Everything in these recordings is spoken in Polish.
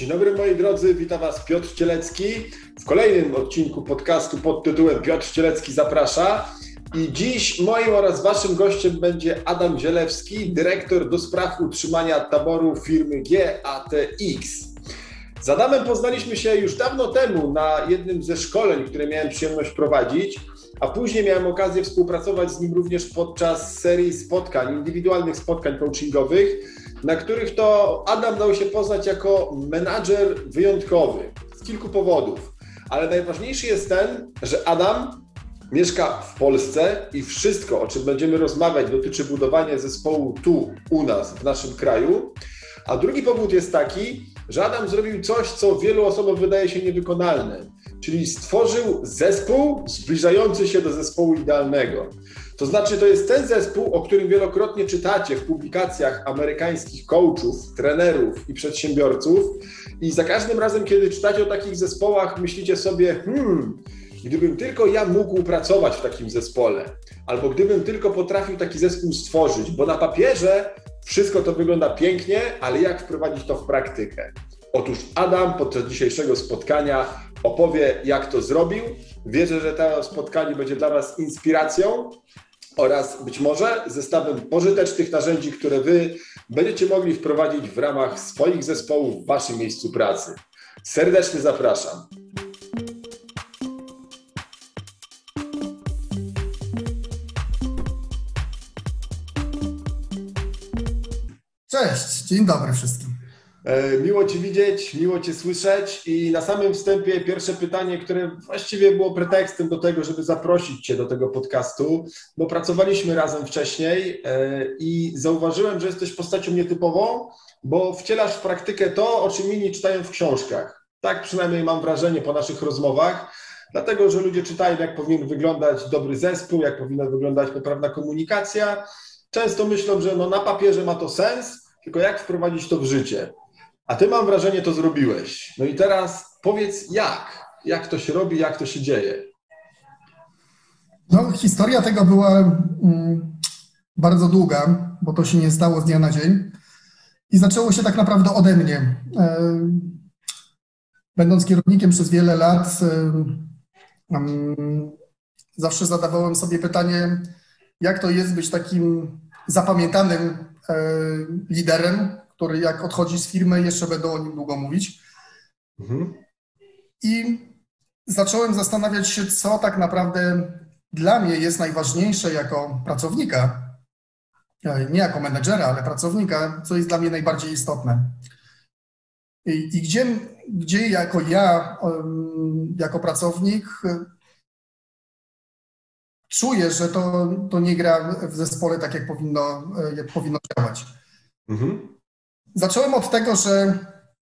Dzień dobry moi drodzy, witam Was Piotr Cielecki w kolejnym odcinku podcastu pod tytułem Piotr Cielecki zaprasza. I dziś moim oraz Waszym gościem będzie Adam Zielewski, dyrektor do spraw utrzymania taboru firmy GATX. Z Adamem poznaliśmy się już dawno temu na jednym ze szkoleń, które miałem przyjemność prowadzić, a później miałem okazję współpracować z nim również podczas serii spotkań, indywidualnych spotkań coachingowych, na których to Adam dał się poznać jako menadżer wyjątkowy z kilku powodów. Ale najważniejszy jest ten, że Adam mieszka w Polsce i wszystko, o czym będziemy rozmawiać, dotyczy budowania zespołu tu, u nas, w naszym kraju. A drugi powód jest taki, że Adam zrobił coś, co wielu osobom wydaje się niewykonalne, czyli stworzył zespół zbliżający się do zespołu idealnego. To znaczy, to jest ten zespół, o którym wielokrotnie czytacie w publikacjach amerykańskich coachów, trenerów i przedsiębiorców i za każdym razem, kiedy czytacie o takich zespołach, myślicie sobie, gdybym tylko ja mógł pracować w takim zespole, albo gdybym tylko potrafił taki zespół stworzyć, bo na papierze wszystko to wygląda pięknie, ale jak wprowadzić to w praktykę? Otóż Adam podczas dzisiejszego spotkania opowie, jak to zrobił. Wierzę, że to spotkanie będzie dla Was inspiracją oraz być może zestawem pożytecznych narzędzi, które Wy będziecie mogli wprowadzić w ramach swoich zespołów w Waszym miejscu pracy. Serdecznie zapraszam. Cześć, dzień dobry wszystkim. Miło Cię widzieć, miło Cię słyszeć i na samym wstępie pierwsze pytanie, które właściwie było pretekstem do tego, żeby zaprosić Cię do tego podcastu, bo pracowaliśmy razem wcześniej i zauważyłem, że jesteś postacią nietypową, bo wcielasz w praktykę to, o czym inni czytają w książkach. Tak przynajmniej mam wrażenie po naszych rozmowach, dlatego że ludzie czytają, jak powinien wyglądać dobry zespół, jak powinna wyglądać poprawna komunikacja. Często myślą, że na papierze ma to sens, tylko jak wprowadzić to w życie. A Ty, mam wrażenie, to zrobiłeś. No i teraz powiedz jak to się robi, jak to się dzieje. No, historia tego była bardzo długa, bo to się nie stało z dnia na dzień. I zaczęło się tak naprawdę ode mnie. Będąc kierownikiem przez wiele lat, zawsze zadawałem sobie pytanie, jak to jest być takim zapamiętanym liderem, który jak odchodzi z firmy, jeszcze będą o nim długo mówić. I zacząłem zastanawiać się, co tak naprawdę dla mnie jest najważniejsze jako pracownika, nie jako menedżera, ale pracownika, co jest dla mnie najbardziej istotne. I gdzie jako pracownik czuję, że to nie gra w zespole tak, jak powinno działać. Zacząłem od tego, że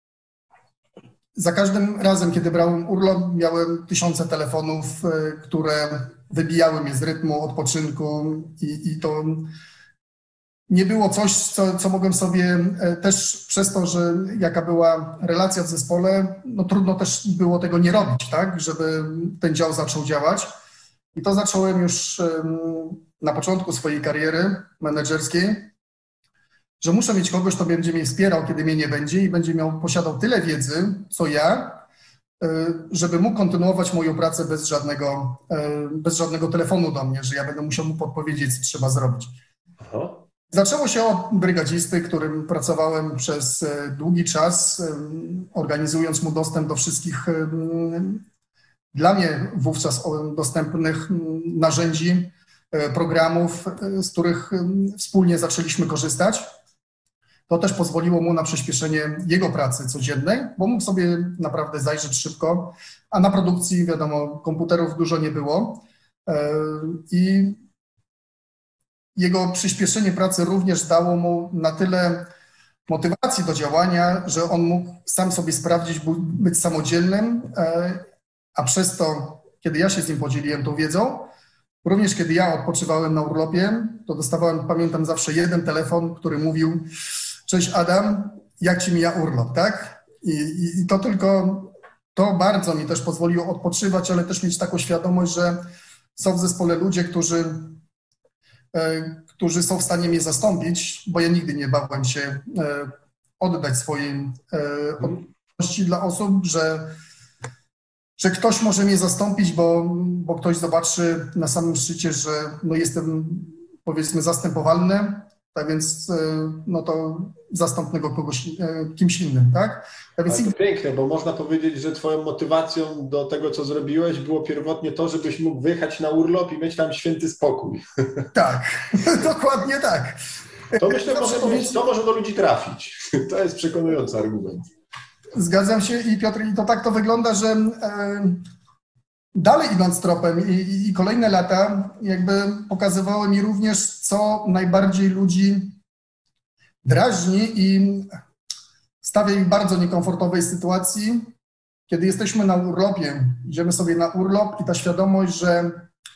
za każdym razem, kiedy brałem urlop, miałem tysiące telefonów, które wybijały mnie z rytmu, odpoczynku i to nie było coś, co mogłem sobie też przez to, że jaka była relacja w zespole, no trudno też było tego nie robić, tak, żeby ten dział zaczął działać. I to zacząłem już na początku swojej kariery menedżerskiej, że muszę mieć kogoś, kto będzie mnie wspierał, kiedy mnie nie będzie i będzie posiadał tyle wiedzy, co ja, żeby mógł kontynuować moją pracę bez żadnego telefonu do mnie, że ja będę musiał mu podpowiedzieć, co trzeba zrobić. Aha. Zaczęło się od brygadzisty, którym pracowałem przez długi czas, organizując mu dostęp do wszystkich dla mnie wówczas dostępnych narzędzi, programów, z których wspólnie zaczęliśmy korzystać. To też pozwoliło mu na przyspieszenie jego pracy codziennej, bo mógł sobie naprawdę zajrzeć szybko, a na produkcji, wiadomo, komputerów dużo nie było i jego przyspieszenie pracy również dało mu na tyle motywacji do działania, że on mógł sam sobie sprawdzić, być samodzielnym, a przez to, kiedy ja się z nim podzieliłem tą wiedzą, również kiedy ja odpoczywałem na urlopie, to dostawałem, pamiętam, zawsze jeden telefon, który mówił: cześć Adam, jak ci mija urlop, tak? I to bardzo mi też pozwoliło odpoczywać, ale też mieć taką świadomość, że są w zespole ludzie, którzy są w stanie mnie zastąpić, bo ja nigdy nie bałem się oddać dla osób, że ktoś może mnie zastąpić, bo ktoś zobaczy na samym szczycie, że no jestem, powiedzmy, zastępowalny, tak więc no to zastąpmy go kimś innym, tak? Tak więc Ale to piękne, bo można powiedzieć, że twoją motywacją do tego, co zrobiłeś, było pierwotnie to, żebyś mógł wyjechać na urlop i mieć tam święty spokój. tak, dokładnie tak. To myślę, to może do ludzi trafić. To jest przekonujący argument. Zgadzam się i Piotr, i to tak to wygląda, że dalej idąc tropem i kolejne lata jakby pokazywały mi również, co najbardziej ludzi drażni i stawia ich w bardzo niekomfortowej sytuacji, kiedy jesteśmy na urlopie, idziemy sobie na urlop i ta świadomość, że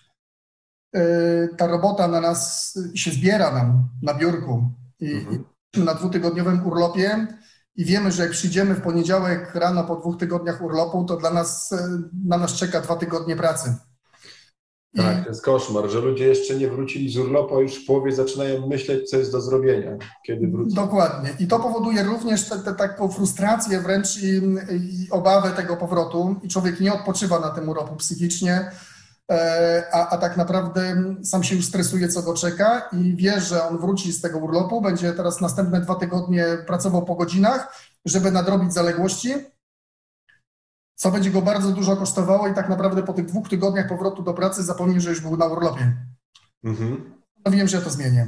ta robota na nas się zbiera nam na biurku i na 2-tygodniowym urlopie i wiemy, że jak przyjdziemy w poniedziałek rano po 2 tygodniach urlopu, to na nas czeka 2 tygodnie pracy. Tak, to jest koszmar, że ludzie jeszcze nie wrócili z urlopu, a już w połowie zaczynają myśleć, co jest do zrobienia, kiedy wrócą. Dokładnie. I to powoduje również taką frustrację wręcz i obawę tego powrotu i człowiek nie odpoczywa na tym urlopu psychicznie, a tak naprawdę sam się już stresuje, co go czeka i wie, że on wróci z tego urlopu, będzie teraz następne 2 tygodnie pracował po godzinach, żeby nadrobić zaległości, co będzie go bardzo dużo kosztowało i tak naprawdę po tych 2 tygodniach powrotu do pracy zapomni, że już był na urlopie. No wiem, że ja to zmienię.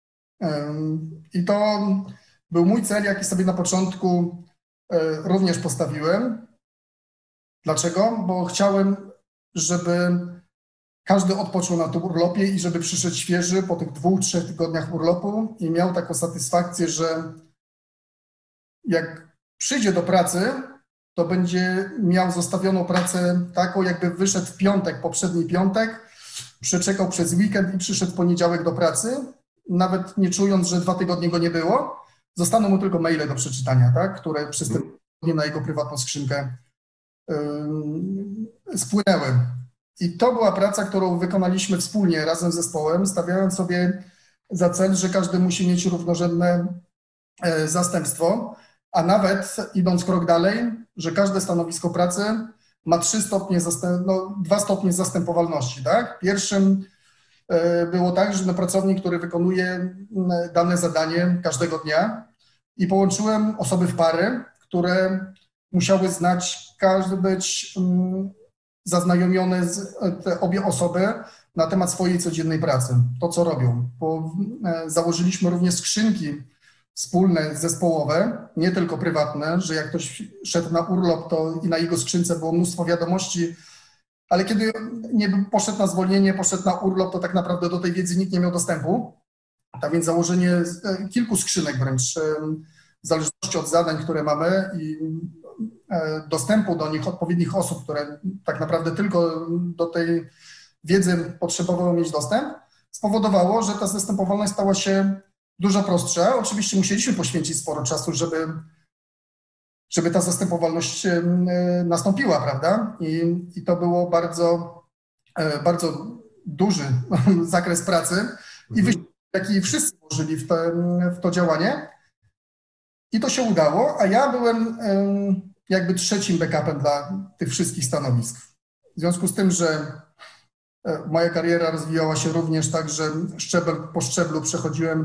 I to był mój cel, jaki sobie na początku również postawiłem. Dlaczego? Bo chciałem, żeby każdy odpoczął na tym urlopie i żeby przyszedł świeży po tych 2-3 tygodniach urlopu i miał taką satysfakcję, że jak przyjdzie do pracy, to będzie miał zostawioną pracę taką, jakby wyszedł w piątek, poprzedni piątek, przeczekał przez weekend i przyszedł w poniedziałek do pracy, nawet nie czując, że 2 tygodnie go nie było. Zostaną mu tylko maile do przeczytania, tak, które przez te tygodnie na jego prywatną skrzynkę spłynęły. I to była praca, którą wykonaliśmy wspólnie, razem z zespołem, stawiając sobie za cel, że każdy musi mieć równorzędne zastępstwo, a nawet idąc krok dalej, że każde stanowisko pracy ma 2 stopnie zastępowalności. Tak? Pierwszym było tak, że pracownik, który wykonuje dane zadanie każdego dnia i połączyłem osoby w pary, które musiały znać, być zaznajomione obie osoby na temat swojej codziennej pracy, to co robią. Bo założyliśmy również skrzynki wspólne, zespołowe, nie tylko prywatne, że jak ktoś szedł na urlop, to i na jego skrzynce było mnóstwo wiadomości, ale kiedy nie poszedł na zwolnienie, poszedł na urlop, to tak naprawdę do tej wiedzy nikt nie miał dostępu. Tak więc założenie kilku skrzynek wręcz, w zależności od zadań, które mamy i dostępu do nich odpowiednich osób, które tak naprawdę tylko do tej wiedzy potrzebowały mieć dostęp, spowodowało, że ta zastępowalność stała się dużo prostsza. Oczywiście musieliśmy poświęcić sporo czasu, żeby ta zastępowalność nastąpiła, prawda? I to było bardzo, bardzo duży zakres pracy i wysiłek, jaki wszyscy włożyli w to działanie. I to się udało, a ja byłem jakby trzecim backupem dla tych wszystkich stanowisk. W związku z tym, że moja kariera rozwijała się również tak, że szczebel po szczeblu przechodziłem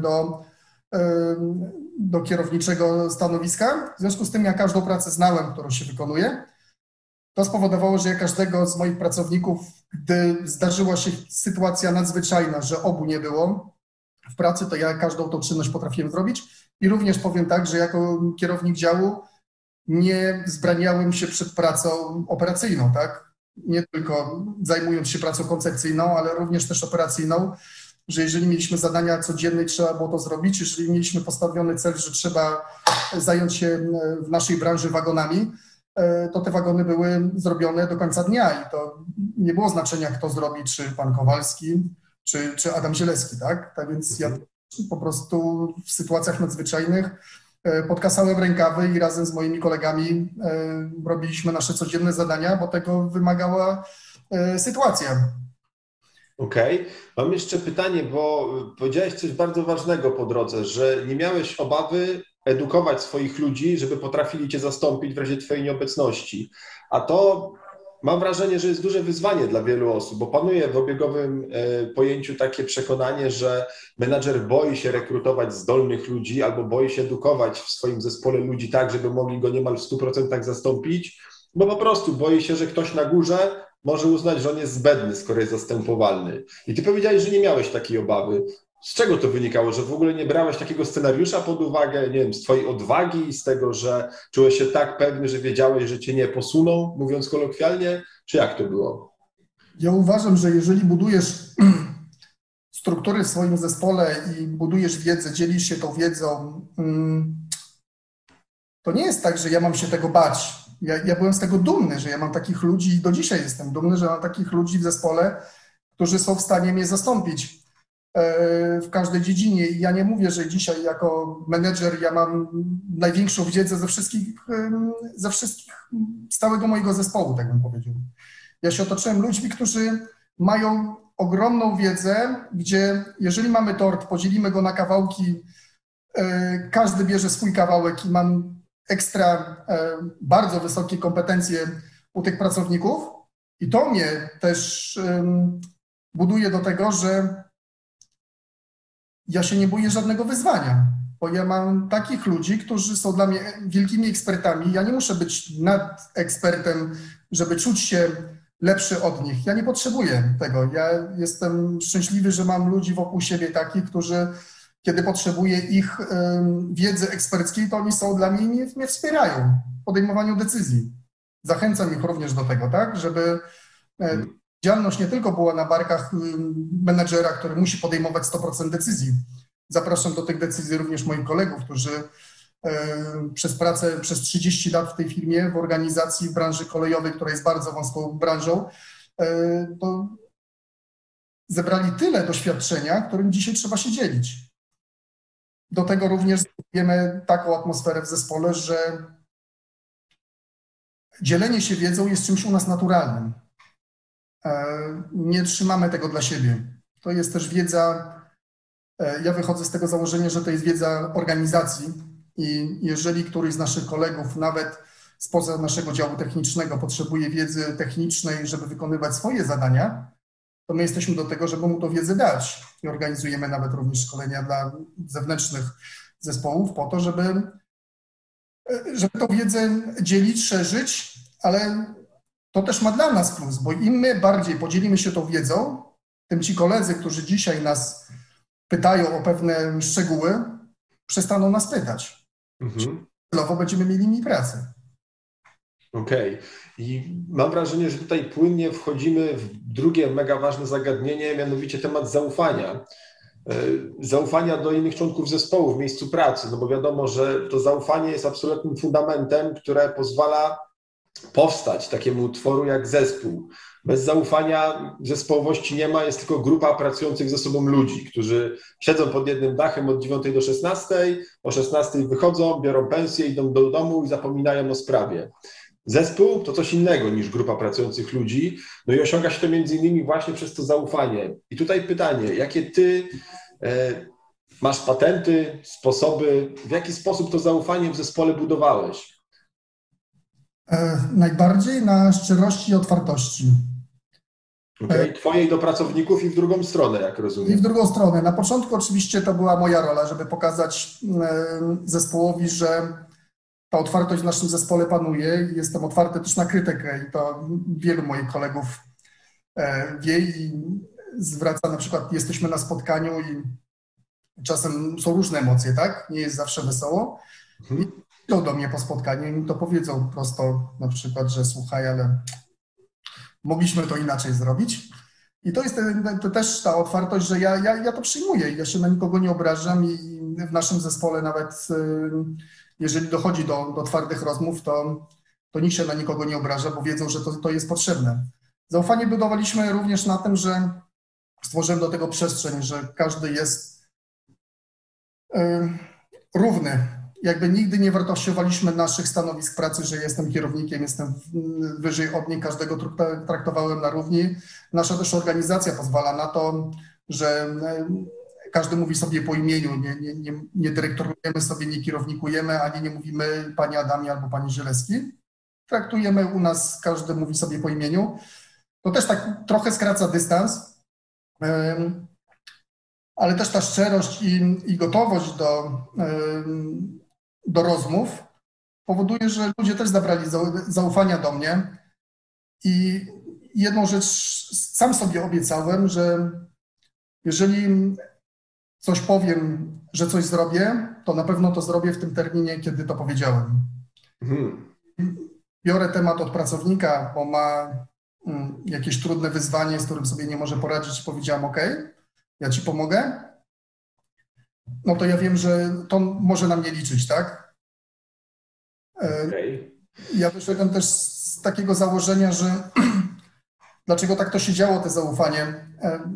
do kierowniczego stanowiska. W związku z tym ja każdą pracę znałem, którą się wykonuje. To spowodowało, że ja każdego z moich pracowników, gdy zdarzyła się sytuacja nadzwyczajna, że obu nie było w pracy, to ja każdą tą czynność potrafiłem zrobić. I również powiem tak, że jako kierownik działu nie wzbraniałem się przed pracą operacyjną, tak? Nie tylko zajmując się pracą koncepcyjną, ale również też operacyjną, że jeżeli mieliśmy zadania codzienne, trzeba było to zrobić, jeżeli mieliśmy postawiony cel, że trzeba zająć się w naszej branży wagonami, to te wagony były zrobione do końca dnia i to nie było znaczenia, kto zrobi, czy pan Kowalski, czy Adam Zielewski, tak? Tak więc ja po prostu w sytuacjach nadzwyczajnych podkasałem rękawy i razem z moimi kolegami robiliśmy nasze codzienne zadania, bo tego wymagała sytuacja. Okej. Mam jeszcze pytanie, bo powiedziałeś coś bardzo ważnego po drodze, że nie miałeś obawy edukować swoich ludzi, żeby potrafili cię zastąpić w razie twojej nieobecności. A to mam wrażenie, że jest duże wyzwanie dla wielu osób, bo panuje w obiegowym pojęciu takie przekonanie, że menadżer boi się rekrutować zdolnych ludzi albo boi się edukować w swoim zespole ludzi tak, żeby mogli go niemal w 100% zastąpić, bo po prostu boi się, że ktoś na górze może uznać, że on jest zbędny, skoro jest zastępowalny. I ty powiedziałeś, że nie miałeś takiej obawy. Z czego to wynikało, że w ogóle nie brałeś takiego scenariusza pod uwagę, nie wiem, z twojej odwagi, z tego, że czułeś się tak pewny, że wiedziałeś, że cię nie posuną, mówiąc kolokwialnie, czy jak to było? Ja uważam, że jeżeli budujesz struktury w swoim zespole i budujesz wiedzę, dzielisz się tą wiedzą, to nie jest tak, że ja mam się tego bać. Ja byłem z tego dumny, że ja mam takich ludzi i do dzisiaj jestem dumny, że mam takich ludzi w zespole, którzy są w stanie mnie zastąpić w każdej dziedzinie. I ja nie mówię, że dzisiaj jako menedżer ja mam największą wiedzę ze wszystkich z całego mojego zespołu, tak bym powiedział. Ja się otoczyłem ludźmi, którzy mają ogromną wiedzę, gdzie jeżeli mamy tort, podzielimy go na kawałki, każdy bierze swój kawałek i mam ekstra bardzo wysokie kompetencje u tych pracowników i to mnie też buduje do tego, że ja się nie boję żadnego wyzwania, bo ja mam takich ludzi, którzy są dla mnie wielkimi ekspertami. Ja nie muszę być nad ekspertem, żeby czuć się lepszy od nich. Ja nie potrzebuję tego. Ja jestem szczęśliwy, że mam ludzi wokół siebie takich, którzy, kiedy potrzebuję ich wiedzy eksperckiej, to oni są dla mnie i mnie wspierają w podejmowaniu decyzji. Zachęcam ich również do tego, tak, żeby odpowiedzialność nie tylko była na barkach menedżera, który musi podejmować 100% decyzji. Zapraszam do tych decyzji również moich kolegów, którzy przez pracę, przez 30 lat w tej firmie, w organizacji, w branży kolejowej, która jest bardzo wąską branżą, to zebrali tyle doświadczenia, którym dzisiaj trzeba się dzielić. Do tego również wiemy taką atmosferę w zespole, że dzielenie się wiedzą jest czymś u nas naturalnym. Nie trzymamy tego dla siebie. To jest też wiedza, ja wychodzę z tego założenia, że to jest wiedza organizacji i jeżeli któryś z naszych kolegów, nawet spoza naszego działu technicznego, potrzebuje wiedzy technicznej, żeby wykonywać swoje zadania, to my jesteśmy do tego, żeby mu tą wiedzę dać. I organizujemy nawet również szkolenia dla zewnętrznych zespołów po to, żeby tą wiedzę dzielić, szerzyć, ale to też ma dla nas plus, bo im my bardziej podzielimy się tą wiedzą, tym ci koledzy, którzy dzisiaj nas pytają o pewne szczegóły, przestaną nas pytać. Celowo będziemy mieli mniej pracy. Okej. I mam wrażenie, że tutaj płynnie wchodzimy w drugie mega ważne zagadnienie, mianowicie temat zaufania. Zaufania do innych członków zespołu w miejscu pracy, no bo wiadomo, że to zaufanie jest absolutnym fundamentem, które pozwala powstać takiemu utworu jak zespół. Bez zaufania zespołowości nie ma, jest tylko grupa pracujących ze sobą ludzi, którzy siedzą pod jednym dachem od 9 do 16, o 16 wychodzą, biorą pensję, idą do domu i zapominają o sprawie. Zespół to coś innego niż grupa pracujących ludzi, no i osiąga się to między innymi właśnie przez to zaufanie. I tutaj pytanie, jakie ty masz patenty, sposoby, w jaki sposób to zaufanie w zespole budowałeś? Najbardziej na szczerości i otwartości. Okay. Twojej do pracowników i w drugą stronę, jak rozumiem. I w drugą stronę. Na początku oczywiście to była moja rola, żeby pokazać zespołowi, że ta otwartość w naszym zespole panuje. Jestem otwarty też na krytykę i to wielu moich kolegów wie i zwraca, na przykład jesteśmy na spotkaniu i czasem są różne emocje, tak? Nie jest zawsze wesoło. I idą do mnie po spotkaniu i mi to powiedzą prosto, na przykład, że słuchaj, ale mogliśmy to inaczej zrobić. I to jest to też ta otwartość, że ja to przyjmuję. Ja się na nikogo nie obrażam i w naszym zespole nawet jeżeli dochodzi do twardych rozmów, to nikt się na nikogo nie obraża, bo wiedzą, że to jest potrzebne. Zaufanie budowaliśmy również na tym, że stworzyłem do tego przestrzeń, że każdy jest równy. Jakby nigdy nie wartościowaliśmy naszych stanowisk pracy, że jestem kierownikiem, jestem wyżej od nich, każdego traktowałem na równi. Nasza też organizacja pozwala na to, że każdy mówi sobie po imieniu, nie dyrektorujemy sobie, nie kierownikujemy, ani nie mówimy panie Adamie albo panie Zielewski. Traktujemy u nas, każdy mówi sobie po imieniu. To też tak trochę skraca dystans, ale też ta szczerość i gotowość do rozmów powoduje, że ludzie też zabrali zaufania do mnie. I jedną rzecz sam sobie obiecałem, że jeżeli coś powiem, że coś zrobię, to na pewno to zrobię w tym terminie, kiedy to powiedziałem. Biorę temat od pracownika, bo ma jakieś trudne wyzwanie, z którym sobie nie może poradzić. Powiedziałem, OK, ja ci pomogę. No to ja wiem, że to może na mnie liczyć, tak? Okay. Ja wyszedłem też z takiego założenia, że dlaczego tak to się działo, te zaufanie.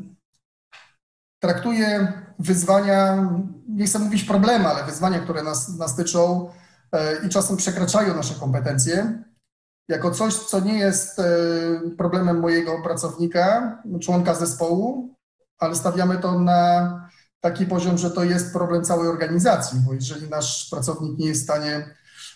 Traktuję wyzwania, nie chcę mówić problemy, ale wyzwania, które nas tyczą i czasem przekraczają nasze kompetencje, jako coś, co nie jest problemem mojego pracownika, członka zespołu, ale stawiamy to na taki poziom, że to jest problem całej organizacji, bo jeżeli nasz pracownik nie jest w stanie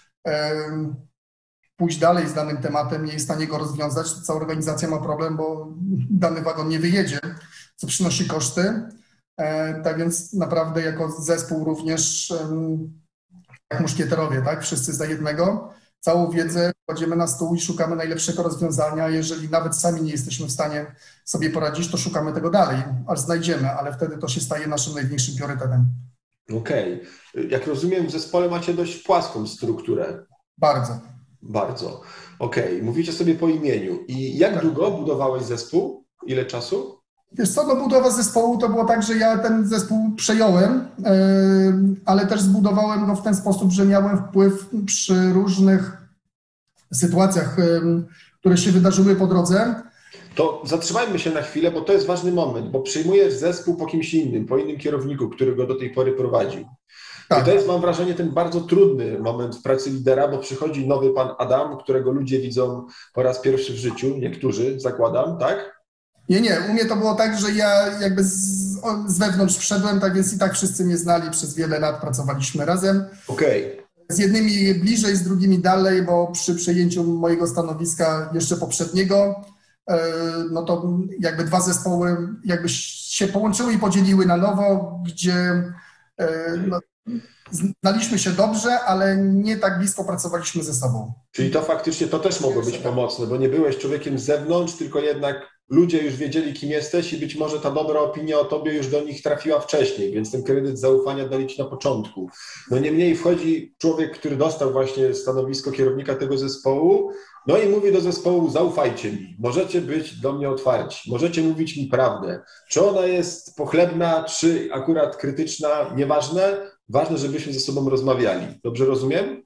pójść dalej z danym tematem, nie jest w stanie go rozwiązać, to cała organizacja ma problem, bo dany wagon nie wyjedzie, co przynosi koszty. Tak więc naprawdę jako zespół również, jak muszkieterowie, tak, wszyscy za jednego, całą wiedzę kładziemy na stół i szukamy najlepszego rozwiązania. Jeżeli nawet sami nie jesteśmy w stanie sobie poradzić, to szukamy tego dalej, aż znajdziemy, ale wtedy to się staje naszym największym priorytetem. Okej. Jak rozumiem, w zespole macie dość płaską strukturę. Bardzo. Bardzo. Okej. Mówicie sobie po imieniu. I jak długo budowałeś zespół? Ile czasu? Wiesz co, no budowa zespołu to było tak, że ja ten zespół przejąłem, ale też zbudowałem go w ten sposób, że miałem wpływ przy różnych sytuacjach, które się wydarzyły po drodze. To zatrzymajmy się na chwilę, bo to jest ważny moment, bo przyjmujesz zespół po kimś innym, po innym kierowniku, który go do tej pory prowadził. Tak. I to jest, mam wrażenie, ten bardzo trudny moment w pracy lidera, bo przychodzi nowy pan Adam, którego ludzie widzą po raz pierwszy w życiu, niektórzy, zakładam, tak? Nie. U mnie to było tak, że ja jakby z wewnątrz wszedłem, tak więc i tak wszyscy mnie znali, przez wiele lat pracowaliśmy razem. Okej. Z jednymi bliżej, z drugimi dalej, bo przy przejęciu mojego stanowiska jeszcze poprzedniego, no to jakby dwa zespoły jakby się połączyły i podzieliły na nowo, gdzie no, znaliśmy się dobrze, ale nie tak blisko pracowaliśmy ze sobą. Czyli to faktycznie to też mogło być pomocne, bo nie byłeś człowiekiem z zewnątrz, tylko jednak ludzie już wiedzieli, kim jesteś i być może ta dobra opinia o tobie już do nich trafiła wcześniej, więc ten kredyt zaufania dali ci na początku. No niemniej wchodzi człowiek, który dostał właśnie stanowisko kierownika tego zespołu, no i mówi do zespołu: zaufajcie mi, możecie być do mnie otwarci, możecie mówić mi prawdę. Czy ona jest pochlebna, czy akurat krytyczna, nieważne. Ważne, żebyśmy ze sobą rozmawiali. Dobrze rozumiem?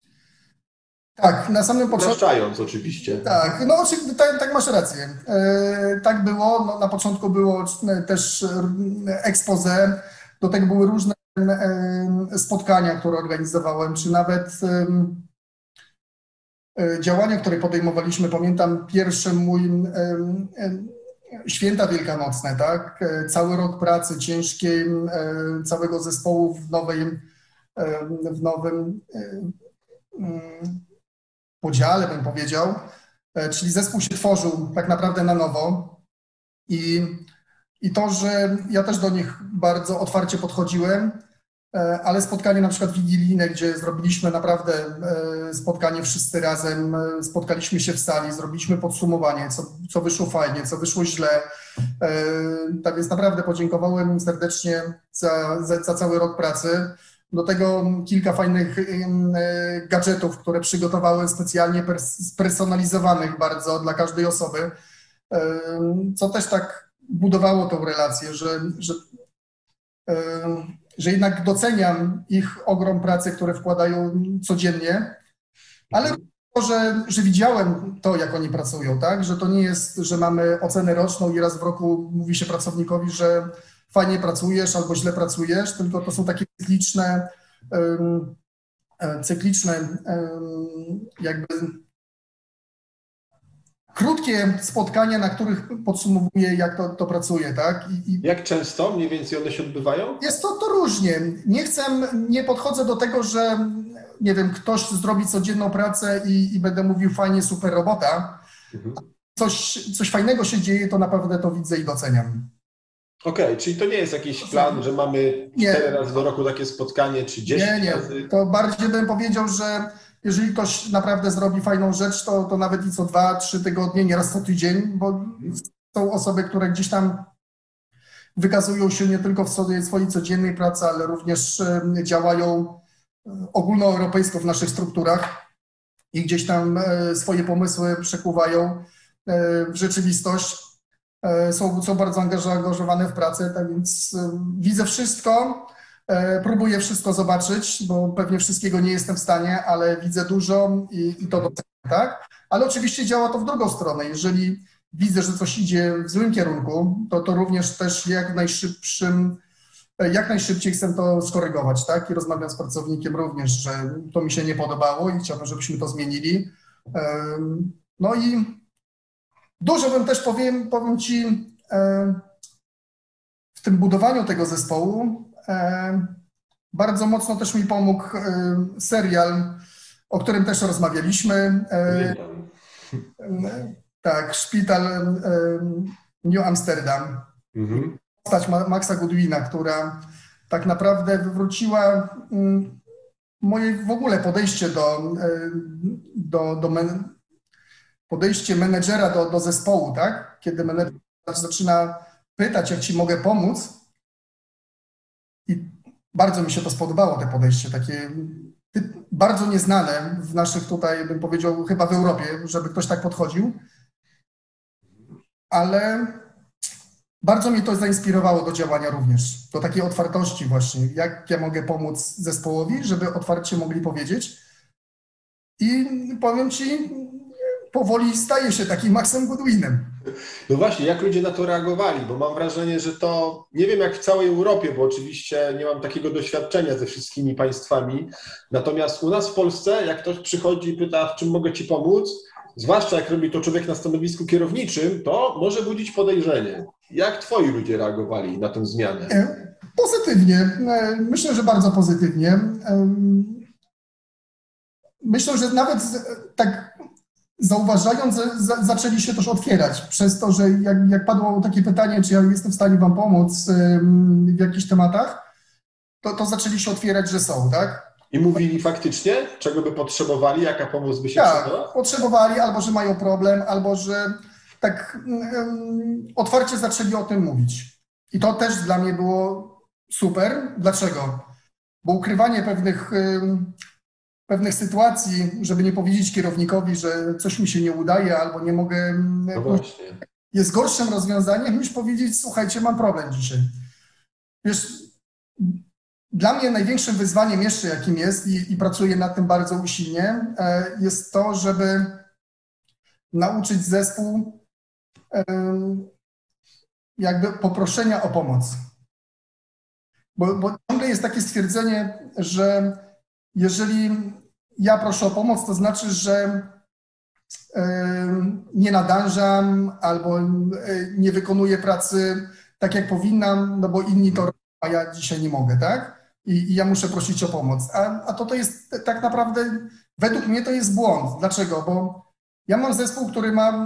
Tak, na samym początku. Upraszczając oczywiście. Tak, no tak masz rację. Tak było. No, na początku było też expose, do tego były różne spotkania, które organizowałem, czy nawet działania, które podejmowaliśmy. Pamiętam pierwszy mój święta wielkanocne, tak? Cały rok pracy ciężkiej, całego zespołu w nowym podziale, bym powiedział, czyli zespół się tworzył tak naprawdę na nowo i to, że ja też do nich bardzo otwarcie podchodziłem, ale spotkanie na przykład wigilijne, gdzie zrobiliśmy naprawdę spotkanie wszyscy razem, spotkaliśmy się w sali, zrobiliśmy podsumowanie, co wyszło fajnie, co wyszło źle. Tak więc naprawdę podziękowałem im serdecznie za cały rok pracy. Do tego kilka fajnych gadżetów, które przygotowałem specjalnie, spersonalizowanych bardzo dla każdej osoby, co też tak budowało tą relację, że jednak doceniam ich ogrom pracy, które wkładają codziennie, ale to, że widziałem to, jak oni pracują, tak? Że to nie jest, że mamy ocenę roczną i raz w roku mówi się pracownikowi, że fajnie pracujesz albo źle pracujesz, tylko to są takie cykliczne jakby krótkie spotkania, na których podsumowuję, jak to pracuje, tak? Jak często mniej więcej one się odbywają? Jest to różnie. Nie podchodzę do tego, że nie wiem, ktoś zrobi codzienną pracę i będę mówił fajnie, super robota. Mhm. Coś fajnego się dzieje, to naprawdę to widzę i doceniam. Okej, czyli to nie jest jakiś plan, że mamy 4 razy do roku takie spotkanie, czy 10 razy? To bardziej bym powiedział, że jeżeli ktoś naprawdę zrobi fajną rzecz, to nawet i co 2-3 tygodnie, nieraz co tydzień, bo są osoby, które gdzieś tam wykazują się nie tylko w swojej codziennej pracy, ale również działają ogólnoeuropejsko w naszych strukturach i gdzieś tam swoje pomysły przekuwają w rzeczywistość. Są bardzo angażowane w pracę, tak więc widzę wszystko, próbuję wszystko zobaczyć, bo pewnie wszystkiego nie jestem w stanie, ale widzę dużo i to doceniam, tak? Ale oczywiście działa to w drugą stronę. Jeżeli widzę, że coś idzie w złym kierunku, to również też jak najszybciej chcę to skorygować, tak? I rozmawiam z pracownikiem również, że to mi się nie podobało i chciałbym, żebyśmy to zmienili. No i dużo bym też powiem Ci, w tym budowaniu tego zespołu bardzo mocno też mi pomógł serial, o którym też rozmawialiśmy. Tak, Szpital New Amsterdam. Mhm. Postać Maxa Goodwina, która tak naprawdę wywróciła moje w ogóle podejście podejście menedżera do zespołu, tak? Kiedy menedżer zaczyna pytać, jak ci mogę pomóc. I bardzo mi się to spodobało, te podejście, takie bardzo nieznane w naszych tutaj, bym powiedział, chyba w Europie, żeby ktoś tak podchodził. Ale bardzo mnie to zainspirowało do działania również, do takiej otwartości właśnie, jak ja mogę pomóc zespołowi, żeby otwarcie mogli powiedzieć. I powiem Ci, powoli staje się takim Maxem Goodwinem. No właśnie, jak ludzie na to reagowali, bo mam wrażenie, że to, nie wiem jak w całej Europie, bo oczywiście nie mam takiego doświadczenia ze wszystkimi państwami, natomiast u nas w Polsce, jak ktoś przychodzi i pyta, w czym mogę Ci pomóc, zwłaszcza jak robi to człowiek na stanowisku kierowniczym, to może budzić podejrzenie. Jak Twoi ludzie reagowali na tę zmianę? Pozytywnie. Myślę, że bardzo pozytywnie. Myślę, że nawet tak zauważając, zaczęli się też otwierać przez to, że jak padło takie pytanie, czy ja jestem w stanie Wam pomóc w jakichś tematach, to zaczęli się otwierać, że są, tak? I mówili faktycznie, czego by potrzebowali, jaka pomoc by się przydała? Tak, potrzebowali, albo że mają problem, albo że tak otwarcie zaczęli o tym mówić. I to też dla mnie było super. Dlaczego? Bo ukrywanie pewnych sytuacji, żeby nie powiedzieć kierownikowi, że coś mi się nie udaje albo nie mogę, No właśnie. jest gorszym rozwiązaniem niż powiedzieć, słuchajcie, mam problem dzisiaj. Wiesz, dla mnie największym wyzwaniem jeszcze jakim jest i pracuję nad tym bardzo usilnie, jest to, żeby nauczyć zespół jakby poproszenia o pomoc. Bo ciągle jest takie stwierdzenie, że jeżeli ja proszę o pomoc, to znaczy, że nie nadążam albo nie wykonuję pracy tak, jak powinnam, no bo inni to robią, a ja dzisiaj nie mogę, tak? I ja muszę prosić o pomoc. A to jest tak naprawdę, według mnie to jest błąd. Dlaczego? Bo ja mam zespół, który ma,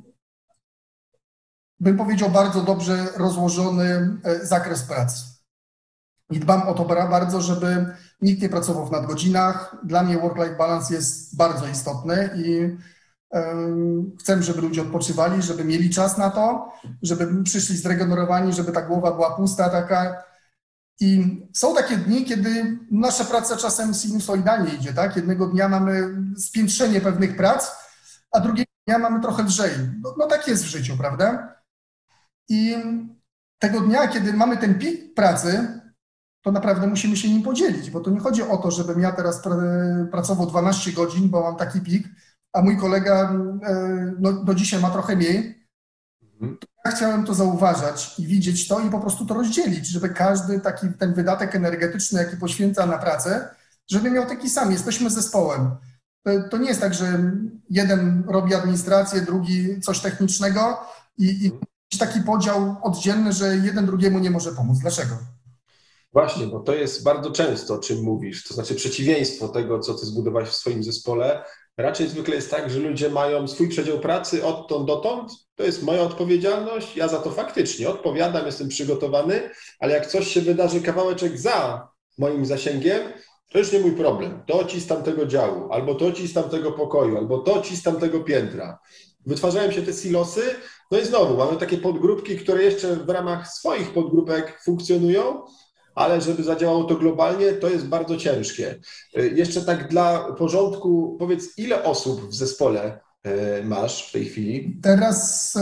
bym powiedział, bardzo dobrze rozłożony zakres pracy. I dbam o to bardzo, żeby nikt nie pracował w nadgodzinach. Dla mnie work-life balance jest bardzo istotny i chcę, żeby ludzie odpoczywali, żeby mieli czas na to, żeby przyszli zregenerowani, żeby ta głowa była pusta taka. I są takie dni, kiedy nasza praca czasem sinusoidalnie idzie, tak? Jednego dnia mamy spiętrzenie pewnych prac, a drugiego dnia mamy trochę lżej. No tak jest w życiu, prawda? I tego dnia, kiedy mamy ten pik pracy, to naprawdę musimy się nim podzielić, bo to nie chodzi o to, żebym ja teraz pracował 12 godzin, bo mam taki pik, a mój kolega do dzisiaj ma trochę mniej. Ja chciałem to zauważać i widzieć to i po prostu to rozdzielić, żeby każdy ten wydatek energetyczny, jaki poświęca na pracę, żeby miał taki sam. Jesteśmy zespołem. To nie jest tak, że jeden robi administrację, drugi coś technicznego i taki podział oddzielny, że jeden drugiemu nie może pomóc. Dlaczego? Właśnie, bo to jest bardzo często, o czym mówisz, to znaczy przeciwieństwo tego, co ty zbudowałeś w swoim zespole. Raczej zwykle jest tak, że ludzie mają swój przedział pracy odtąd dotąd, to jest moja odpowiedzialność, ja za to faktycznie odpowiadam, jestem przygotowany, ale jak coś się wydarzy kawałeczek za moim zasięgiem, to już nie mój problem. To ci z tamtego działu, albo to ci z tamtego pokoju, albo to ci z tamtego piętra. Wytwarzają się te silosy, no i znowu mamy takie podgrupki, które jeszcze w ramach swoich podgrupek funkcjonują, ale żeby zadziałało to globalnie, to jest bardzo ciężkie. Jeszcze tak dla porządku, powiedz, ile osób w zespole masz w tej chwili? Teraz,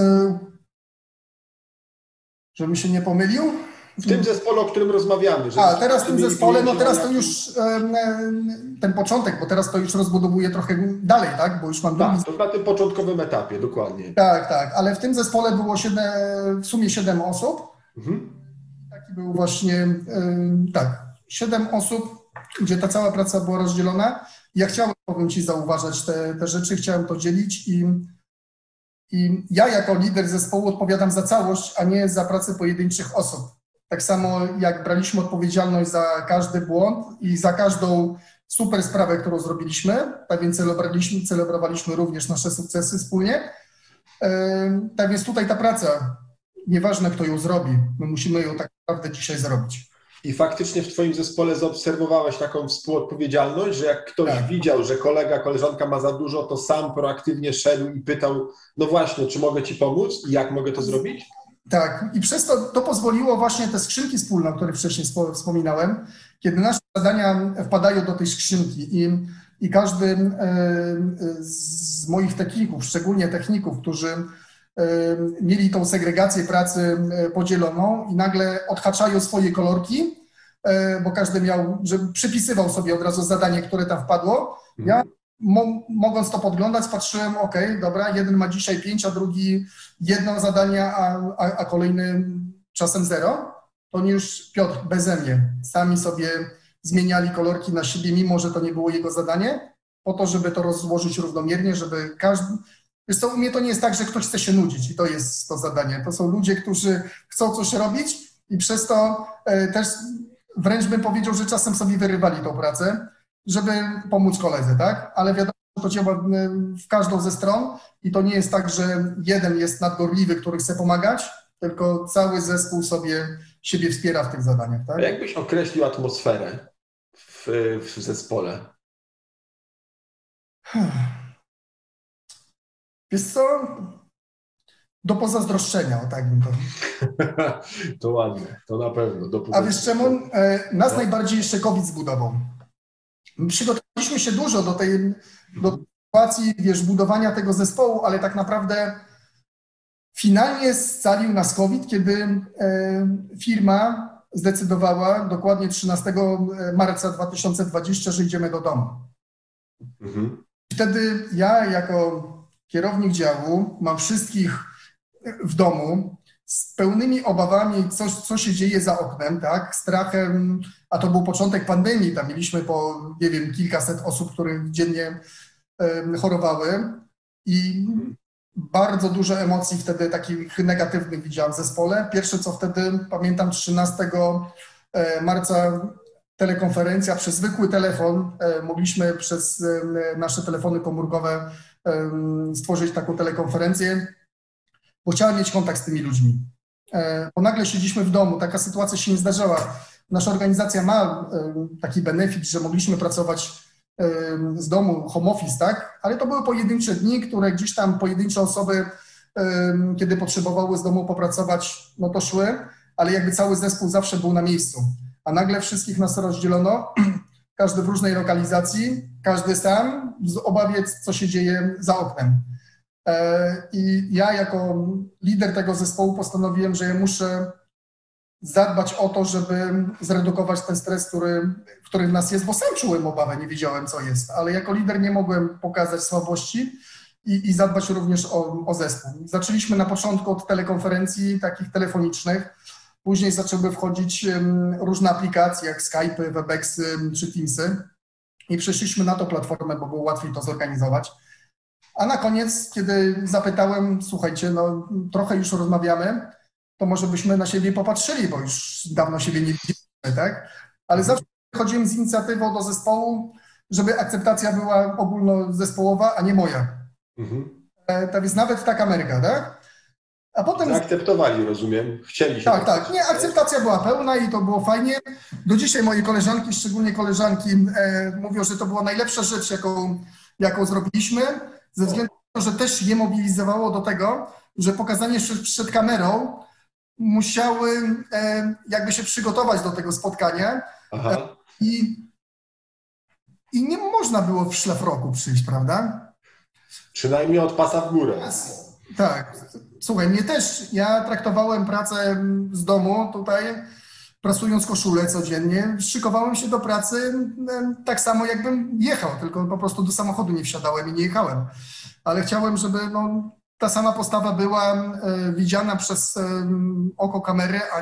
żebym się nie pomylił. W tym zespole, o którym rozmawiamy. Teraz w tym zespole, no teraz to już ten początek, bo teraz to już rozbudowuję trochę dalej, tak? Bo już mam drugi. To na tym początkowym etapie, dokładnie. Tak, ale w tym zespole było w sumie 7 osób. Taki był właśnie, 7 osób, gdzie ta cała praca była rozdzielona. Ja chciałem, powiem Ci, zauważać te rzeczy, chciałem to dzielić i ja jako lider zespołu odpowiadam za całość, a nie za pracę pojedynczych osób. Tak samo jak braliśmy odpowiedzialność za każdy błąd i za każdą super sprawę, którą zrobiliśmy, tak więc celebrowaliśmy również nasze sukcesy wspólnie. Tak więc tutaj ta praca, nieważne kto ją zrobi, my musimy ją tak naprawdę dzisiaj zrobić. I faktycznie w Twoim zespole zaobserwowałeś taką współodpowiedzialność, że jak ktoś widział, że kolega, koleżanka ma za dużo, to sam proaktywnie szedł i pytał, no właśnie, czy mogę Ci pomóc i jak mogę to zrobić? Tak, i przez to pozwoliło właśnie te skrzynki wspólne, o których wcześniej wspominałem, kiedy nasze zadania wpadają do tej skrzynki i każdy z moich techników, szczególnie techników, którzy mieli tą segregację pracy podzieloną i nagle odhaczają swoje kolorki, bo każdy że przypisywał sobie od razu zadanie, które tam wpadło. Ja mogąc to podglądać, patrzyłem, dobra, jeden ma dzisiaj 5, a drugi jedno zadanie, a kolejny czasem 0. To oni już, Piotr, beze mnie, sami sobie zmieniali kolorki na siebie, mimo że to nie było jego zadanie, po to, żeby to rozłożyć równomiernie, żeby każdy... Wiesz co, u mnie to nie jest tak, że ktoś chce się nudzić i to jest to zadanie. To są ludzie, którzy chcą coś robić i przez to też wręcz bym powiedział, że czasem sobie wyrywali tą pracę, żeby pomóc koledze, tak? Ale wiadomo, że to działa w każdą ze stron i to nie jest tak, że jeden jest nadgorliwy, który chce pomagać, tylko cały zespół siebie wspiera w tych zadaniach, tak? A jak byś określił atmosferę w zespole? Wiesz co? Do pozazdroszczenia, o tak bym powiedział. To ładne, to na pewno. A wiesz czemu? Nas najbardziej jeszcze COVID zbudował. My przygotowaliśmy się dużo do tej sytuacji, wiesz, budowania tego zespołu, ale tak naprawdę finalnie scalił nas COVID, kiedy firma zdecydowała dokładnie 13 marca 2020, że idziemy do domu. Wtedy ja jako kierownik działu mam wszystkich w domu z pełnymi obawami, co się dzieje za oknem, tak, strachem, a to był początek pandemii, tam mieliśmy nie wiem, kilkaset osób, które dziennie chorowały i bardzo dużo emocji wtedy takich negatywnych widziałam w zespole. Pierwsze co wtedy, pamiętam 13 marca telekonferencja przez zwykły telefon, mogliśmy przez nasze telefony komórkowe stworzyć taką telekonferencję, bo chciałem mieć kontakt z tymi ludźmi. Bo nagle siedzieliśmy w domu, taka sytuacja się nie zdarzała. Nasza organizacja ma taki benefit, że mogliśmy pracować z domu, home office, tak? Ale to były pojedyncze dni, które gdzieś tam pojedyncze osoby, kiedy potrzebowały z domu popracować, no to szły, ale jakby cały zespół zawsze był na miejscu. A nagle wszystkich nas rozdzielono, każdy w różnej lokalizacji, każdy sam w obawie, co się dzieje za oknem. I ja jako lider tego zespołu postanowiłem, że ja muszę zadbać o to, żeby zredukować ten stres, który w nas jest, bo sam czułem obawę, nie wiedziałem, co jest, ale jako lider nie mogłem pokazać słabości i zadbać również o zespół. Zaczęliśmy na początku od telekonferencji takich telefonicznych, później zaczęły wchodzić różne aplikacje jak Skype'y, Webexy czy Teamsy i przeszliśmy na tą platformę, bo było łatwiej to zorganizować. A na koniec, kiedy zapytałem, słuchajcie, no trochę już rozmawiamy, to może byśmy na siebie popatrzyli, bo już dawno siebie nie widzimy, tak? Ale zawsze chodziłem z inicjatywą do zespołu, żeby akceptacja była ogólnozespołowa, a nie moja. Tak więc nawet taka Ameryka, tak? A potem... Zaakceptowali, rozumiem. Chcieli się... Tak. Nie, akceptacja była pełna i to było fajnie. Do dzisiaj moje koleżanki, szczególnie koleżanki, mówią, że to była najlepsza rzecz, jaką zrobiliśmy, ze względu na to, że też je mobilizowało do tego, że pokazanie przed kamerą musiały jakby się przygotować do tego spotkania. I nie można było w szlafroku przyjść, prawda? Przynajmniej od pasa w górę. Tak. Słuchaj, mnie też, ja traktowałem pracę z domu tutaj, prasując koszulę codziennie, szykowałem się do pracy tak samo jakbym jechał, tylko po prostu do samochodu nie wsiadałem i nie jechałem. Ale chciałem, żeby ta sama postawa była widziana przez oko kamery, a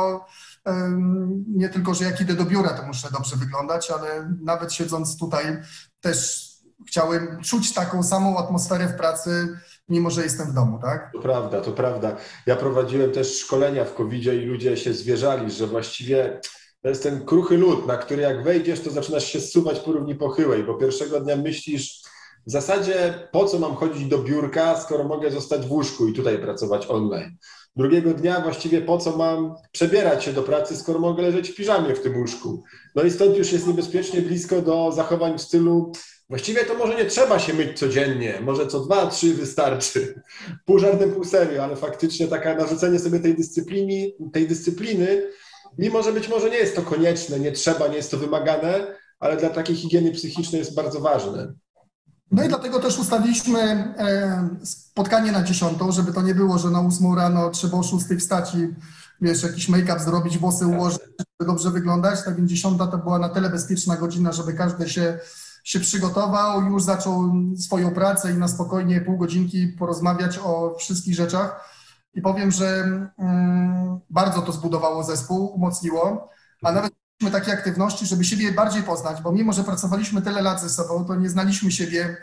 nie tylko, że jak idę do biura, to muszę dobrze wyglądać, ale nawet siedząc tutaj też chciałem czuć taką samą atmosferę w pracy, mimo że jestem w domu, tak? To prawda. Ja prowadziłem też szkolenia w COVID-zie i ludzie się zwierzali, że właściwie to jest ten kruchy lód, na który jak wejdziesz, to zaczynasz się zsuwać po równi pochyłej, bo pierwszego dnia myślisz, w zasadzie po co mam chodzić do biurka, skoro mogę zostać w łóżku i tutaj pracować online. Drugiego dnia właściwie po co mam przebierać się do pracy, skoro mogę leżeć w piżamie w tym łóżku. No i stąd już jest niebezpiecznie blisko do zachowań w stylu właściwie to może nie trzeba się myć codziennie, może co 2-3 wystarczy. Pół żartem, pół serio, ale faktycznie takie narzucenie sobie tej dyscypliny, mimo że być może nie jest to konieczne, nie trzeba, nie jest to wymagane, ale dla takiej higieny psychicznej jest bardzo ważne. No i dlatego też ustawiliśmy spotkanie na 10, żeby to nie było, że na 8 rano trzeba o 6 wstać i wiesz, jakiś make-up zrobić, włosy ułożyć, żeby dobrze wyglądać. Tak więc 10 to była na tyle bezpieczna godzina, żeby każdy się przygotował, już zaczął swoją pracę i na spokojnie pół godzinki porozmawiać o wszystkich rzeczach. I powiem, że bardzo to zbudowało zespół, umocniło, a nawet mieliśmy takie aktywności, żeby siebie bardziej poznać, bo mimo, że pracowaliśmy tyle lat ze sobą, to nie znaliśmy siebie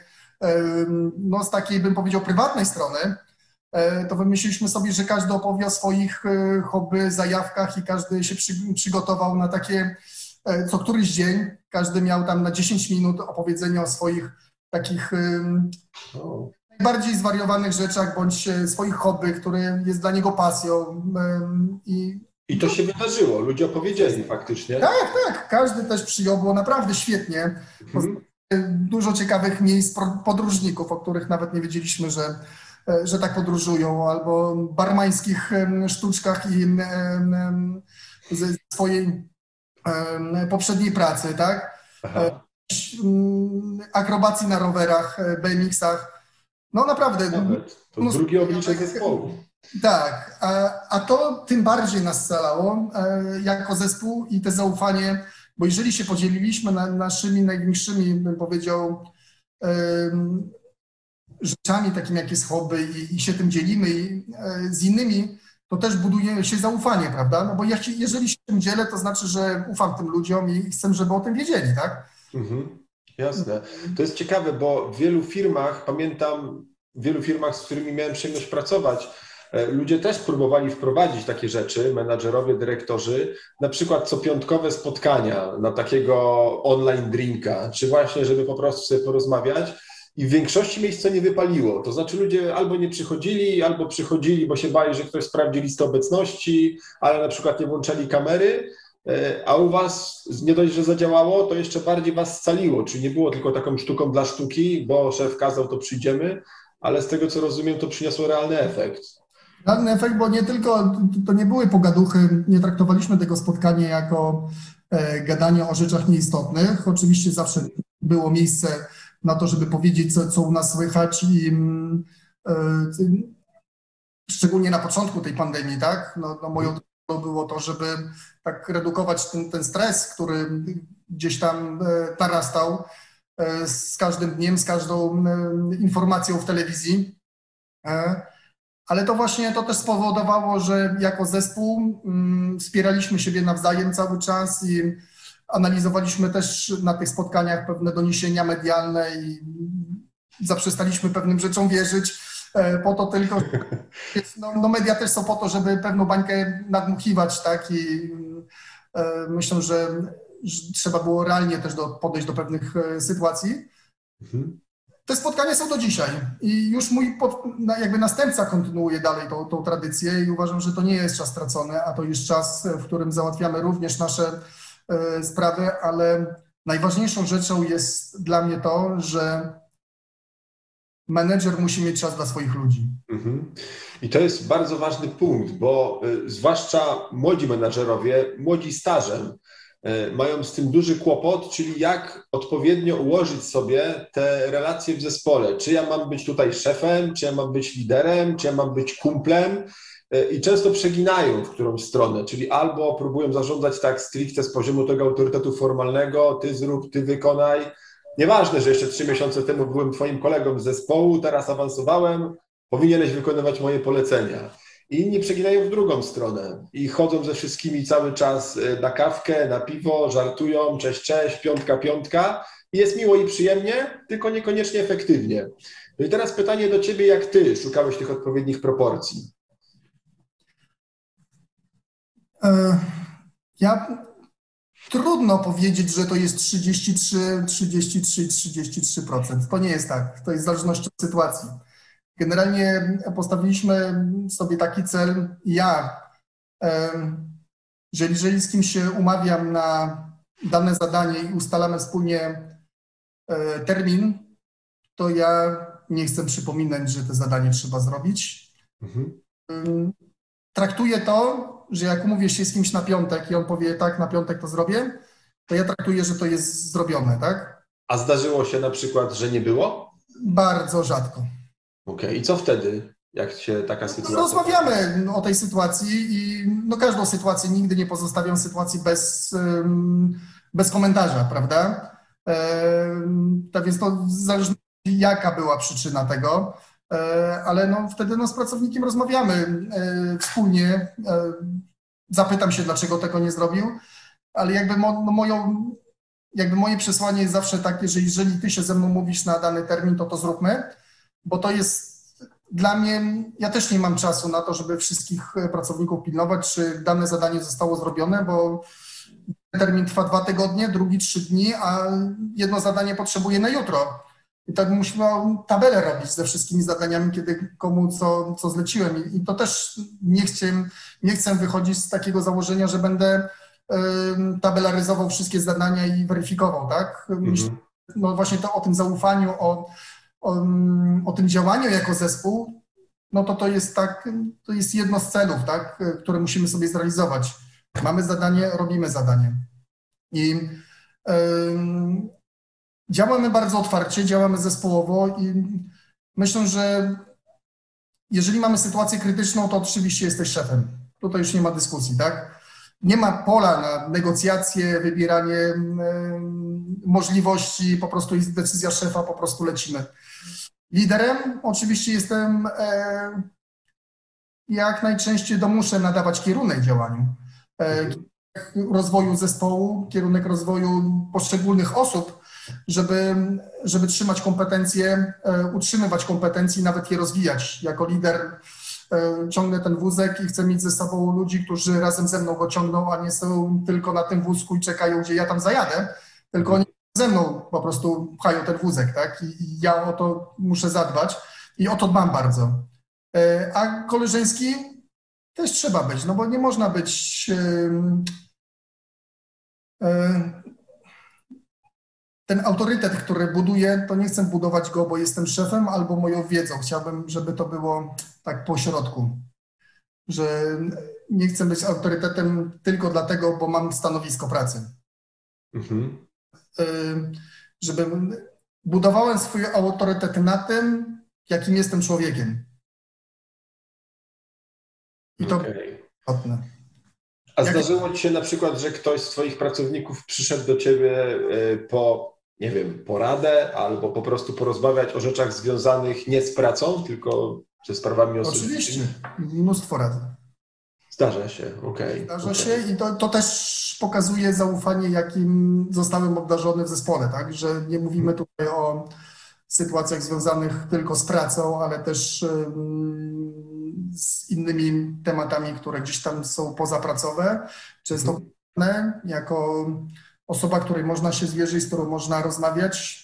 z takiej, bym powiedział, prywatnej strony. To wymyśliliśmy sobie, że każdy opowie o swoich hobby, zajawkach i każdy się przygotował na takie co któryś dzień. Każdy miał tam na 10 minut opowiedzenia o swoich takich najbardziej zwariowanych rzeczach, bądź swoich hobby, które jest dla niego pasją. I to się wydarzyło, ludzie opowiedzieli faktycznie. Tak, każdy też przyjął, było naprawdę świetnie. Dużo ciekawych miejsc, podróżników, o których nawet nie wiedzieliśmy, że tak podróżują, albo barmańskich sztuczkach i ze swojej poprzedniej pracy, tak? Akrobacji na rowerach, BMX-ach. No naprawdę. To drugie oblicze zespołu. Tak, a to tym bardziej nas scalało jako zespół i te zaufanie, bo jeżeli się podzieliliśmy naszymi największymi, bym powiedział, rzeczami, takimi jak jest hobby i się tym dzielimy z innymi, to też buduje się zaufanie, prawda? No bo jeżeli się tym dzielę, to znaczy, że ufam tym ludziom i chcę, żeby o tym wiedzieli, tak? Jasne. To jest ciekawe, bo w wielu firmach, z którymi miałem przyjemność pracować, ludzie też próbowali wprowadzić takie rzeczy, menadżerowie, dyrektorzy, na przykład copiątkowe spotkania na takiego online drinka, czy właśnie, żeby po prostu sobie porozmawiać. I w większości miejsc to nie wypaliło. To znaczy ludzie albo nie przychodzili, albo przychodzili, bo się bali, że ktoś sprawdzi listę obecności, ale na przykład nie włączali kamery, a u was nie dość, że zadziałało, to jeszcze bardziej was scaliło. Czyli nie było tylko taką sztuką dla sztuki, bo szef kazał, to przyjdziemy, ale z tego, co rozumiem, to przyniosło realny efekt. Realny efekt, bo nie tylko, to nie były pogaduchy, nie traktowaliśmy tego spotkania jako gadanie o rzeczach nieistotnych. Oczywiście zawsze było miejsce na to, żeby powiedzieć, co u nas słychać i szczególnie na początku tej pandemii, tak? No moją drogą było to, żeby tak redukować ten stres, który gdzieś tam narastał z każdym dniem, z każdą informacją w telewizji. Ale to właśnie to też spowodowało, że jako zespół wspieraliśmy siebie nawzajem cały czas i analizowaliśmy też na tych spotkaniach pewne doniesienia medialne i zaprzestaliśmy pewnym rzeczom wierzyć, po to tylko, no media też są po to, żeby pewną bańkę nadmuchiwać, tak, i myślę, że trzeba było realnie też podejść do pewnych sytuacji. Te spotkania są do dzisiaj i już mój jakby następca kontynuuje dalej tą tradycję i uważam, że to nie jest czas stracony, a to jest czas, w którym załatwiamy również nasze sprawy, ale najważniejszą rzeczą jest dla mnie to, że menedżer musi mieć czas dla swoich ludzi. I to jest bardzo ważny punkt, bo zwłaszcza młodzi menedżerowie, młodzi stażem, mają z tym duży kłopot, czyli jak odpowiednio ułożyć sobie te relacje w zespole. Czy ja mam być tutaj szefem, czy ja mam być liderem, czy ja mam być kumplem, i często przeginają w którąś stronę, czyli albo próbują zarządzać tak stricte z poziomu tego autorytetu formalnego, ty zrób, ty wykonaj. Nieważne, że jeszcze 3 miesiące temu byłem twoim kolegą z zespołu, teraz awansowałem, powinieneś wykonywać moje polecenia. I inni przeginają w drugą stronę i chodzą ze wszystkimi cały czas na kawkę, na piwo, żartują, cześć, cześć, piątka, piątka. I jest miło i przyjemnie, tylko niekoniecznie efektywnie. No i teraz pytanie do ciebie, jak ty szukałeś tych odpowiednich proporcji? Trudno powiedzieć, że to jest 33, 33%. To nie jest tak. To jest w zależności od sytuacji. Generalnie postawiliśmy sobie taki cel, że jeżeli z kimś się umawiam na dane zadanie i ustalamy wspólnie termin, to ja nie chcę przypominać, że to zadanie trzeba zrobić. Traktuję to, że jak umówię się z kimś na piątek i on powie tak, na piątek to zrobię, to ja traktuję, że to jest zrobione, tak? A zdarzyło się na przykład, że nie było? Bardzo rzadko. Okej. I co wtedy, jak się taka sytuacja... Rozmawiamy o tej sytuacji i każdą sytuację, nigdy nie pozostawiam sytuacji bez komentarza, prawda? Tak więc to zależy, jaka była przyczyna tego, ale wtedy z pracownikiem rozmawiamy wspólnie, zapytam się, dlaczego tego nie zrobił, ale jakby moje przesłanie jest zawsze takie, że jeżeli ty się ze mną mówisz na dany termin, to zróbmy, bo to jest dla mnie, ja też nie mam czasu na to, żeby wszystkich pracowników pilnować, czy dane zadanie zostało zrobione, bo termin trwa 2 tygodnie, drugi 3 dni, a jedno zadanie potrzebuję na jutro. I tak musimy tabelę robić ze wszystkimi zadaniami, kiedy komu co zleciłem. I to też nie chcę wychodzić z takiego założenia, że będę tabelaryzował wszystkie zadania i weryfikował, tak? Myślę, właśnie to o tym zaufaniu, o tym działaniu jako zespół, to jest tak, to jest jedno z celów, tak, które musimy sobie zrealizować. Mamy zadanie, robimy zadanie. I działamy bardzo otwarcie, działamy zespołowo i myślę, że jeżeli mamy sytuację krytyczną, to oczywiście jesteś szefem. Tutaj już nie ma dyskusji, tak? Nie ma pola na negocjacje, wybieranie możliwości, po prostu jest decyzja szefa, po prostu lecimy. Liderem oczywiście jestem, jak najczęściej muszę nadawać kierunek działaniu, rozwoju zespołu, kierunek rozwoju poszczególnych osób, żeby trzymać kompetencje, utrzymywać kompetencje i nawet je rozwijać. Jako lider ciągnę ten wózek i chcę mieć ze sobą ludzi, którzy razem ze mną go ciągną, a nie są tylko na tym wózku i czekają, gdzie ja tam zajadę, tylko oni ze mną po prostu pchają ten wózek, tak? I ja o to muszę zadbać i o to dbam bardzo. A koleżeński też trzeba być, bo nie można być ten autorytet, który buduję, to nie chcę budować go, bo jestem szefem albo moją wiedzą. Chciałbym, żeby to było tak po środku, że nie chcę być autorytetem tylko dlatego, bo mam stanowisko pracy. Żebym budowałem swój autorytet na tym, jakim jestem człowiekiem. I to istotne. A zdarzyło ci się na przykład, że ktoś z twoich pracowników przyszedł do ciebie po, nie wiem, poradę albo po prostu porozmawiać o rzeczach związanych nie z pracą, tylko ze sprawami osobistych? Oczywiście, mnóstwo razy. Zdarza się, okej. Zdarza się i to też pokazuje zaufanie, jakim zostałem obdarzony w zespole, tak? Że nie mówimy tutaj sytuacjach związanych tylko z pracą, ale też z innymi tematami, które gdzieś tam są pozapracowe. Często jako osoba, której można się zwierzyć, z którą można rozmawiać.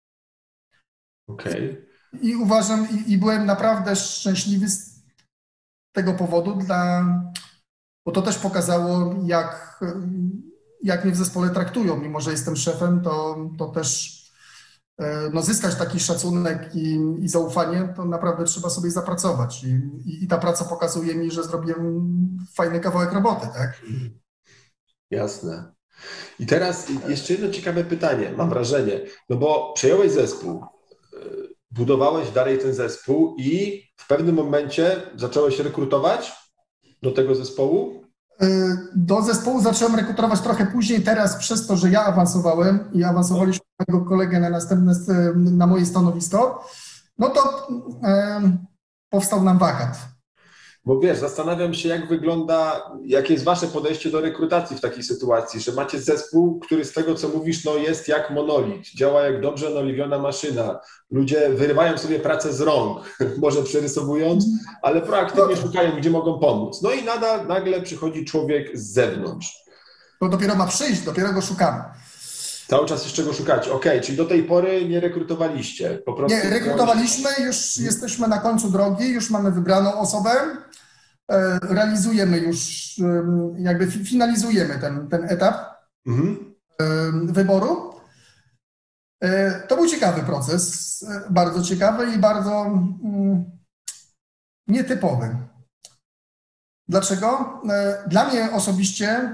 Okej. I uważam, i byłem naprawdę szczęśliwy z tego powodu, bo to też pokazało, jak mnie w zespole traktują. Mimo że jestem szefem, to też zyskać taki szacunek i zaufanie, to naprawdę trzeba sobie zapracować. I ta praca pokazuje mi, że zrobiłem fajny kawałek roboty, tak? Jasne. I teraz jeszcze jedno ciekawe pytanie, mam wrażenie, no bo przejąłeś zespół, budowałeś dalej ten zespół i w pewnym momencie zacząłeś rekrutować do tego zespołu? Do zespołu zacząłem rekrutować trochę później. Teraz przez to, że ja awansowałem i awansowaliśmy mojego kolegę na moje stanowisko, no to powstał nam wakat. Bo wiesz, zastanawiam się, jakie jest wasze podejście do rekrutacji w takiej sytuacji, że macie zespół, który z tego, co mówisz, no jest jak monolit, działa jak dobrze naoliwiona maszyna. Ludzie wyrywają sobie pracę z rąk, może przerysowując, ale proaktywnie szukają, gdzie mogą pomóc. No i nagle przychodzi człowiek z zewnątrz. To dopiero ma przyjść, dopiero go szukamy. Cały czas jeszcze go szukacie. Okej, czyli do tej pory nie rekrutowaliście? Po prostu nie, rekrutowaliśmy, już jesteśmy na końcu drogi, już mamy wybraną osobę. Realizujemy już, jakby finalizujemy ten etap wyboru. To był ciekawy proces, bardzo ciekawy i bardzo nietypowy. Dlaczego? Dla mnie osobiście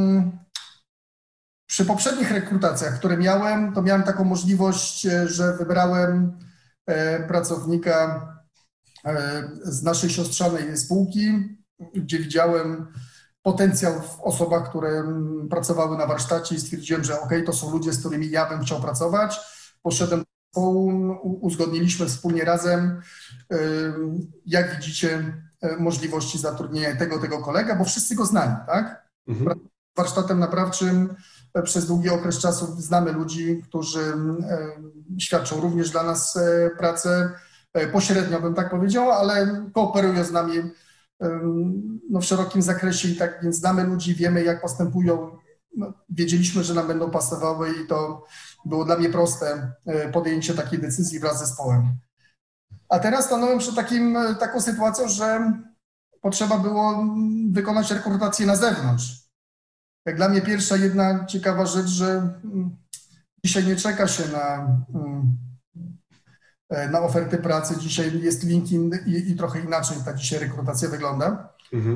przy poprzednich rekrutacjach, które miałem, to miałem taką możliwość, że wybrałem pracownika z naszej siostrzanej spółki, gdzie widziałem potencjał w osobach, które pracowały na warsztacie i stwierdziłem, że to są ludzie, z którymi ja bym chciał pracować. Poszedłem do zespołu, uzgodniliśmy wspólnie razem, jak widzicie, możliwości zatrudnienia tego kolega, bo wszyscy go znali, tak? Warsztatem naprawczym przez długi okres czasu znamy ludzi, którzy świadczą również dla nas pracę, pośrednio bym tak powiedział, ale kooperują z nami w szerokim zakresie i tak więc znamy ludzi, wiemy jak postępują. Wiedzieliśmy, że nam będą pasowały i to było dla mnie proste podjęcie takiej decyzji wraz z zespołem. A teraz stanąłem przed taką sytuacją, że potrzeba było wykonać rekrutację na zewnątrz. Jak dla mnie pierwsza jedna ciekawa rzecz, że dzisiaj nie czeka się na oferty pracy. Dzisiaj jest LinkedIn i trochę inaczej ta dzisiaj rekrutacja wygląda.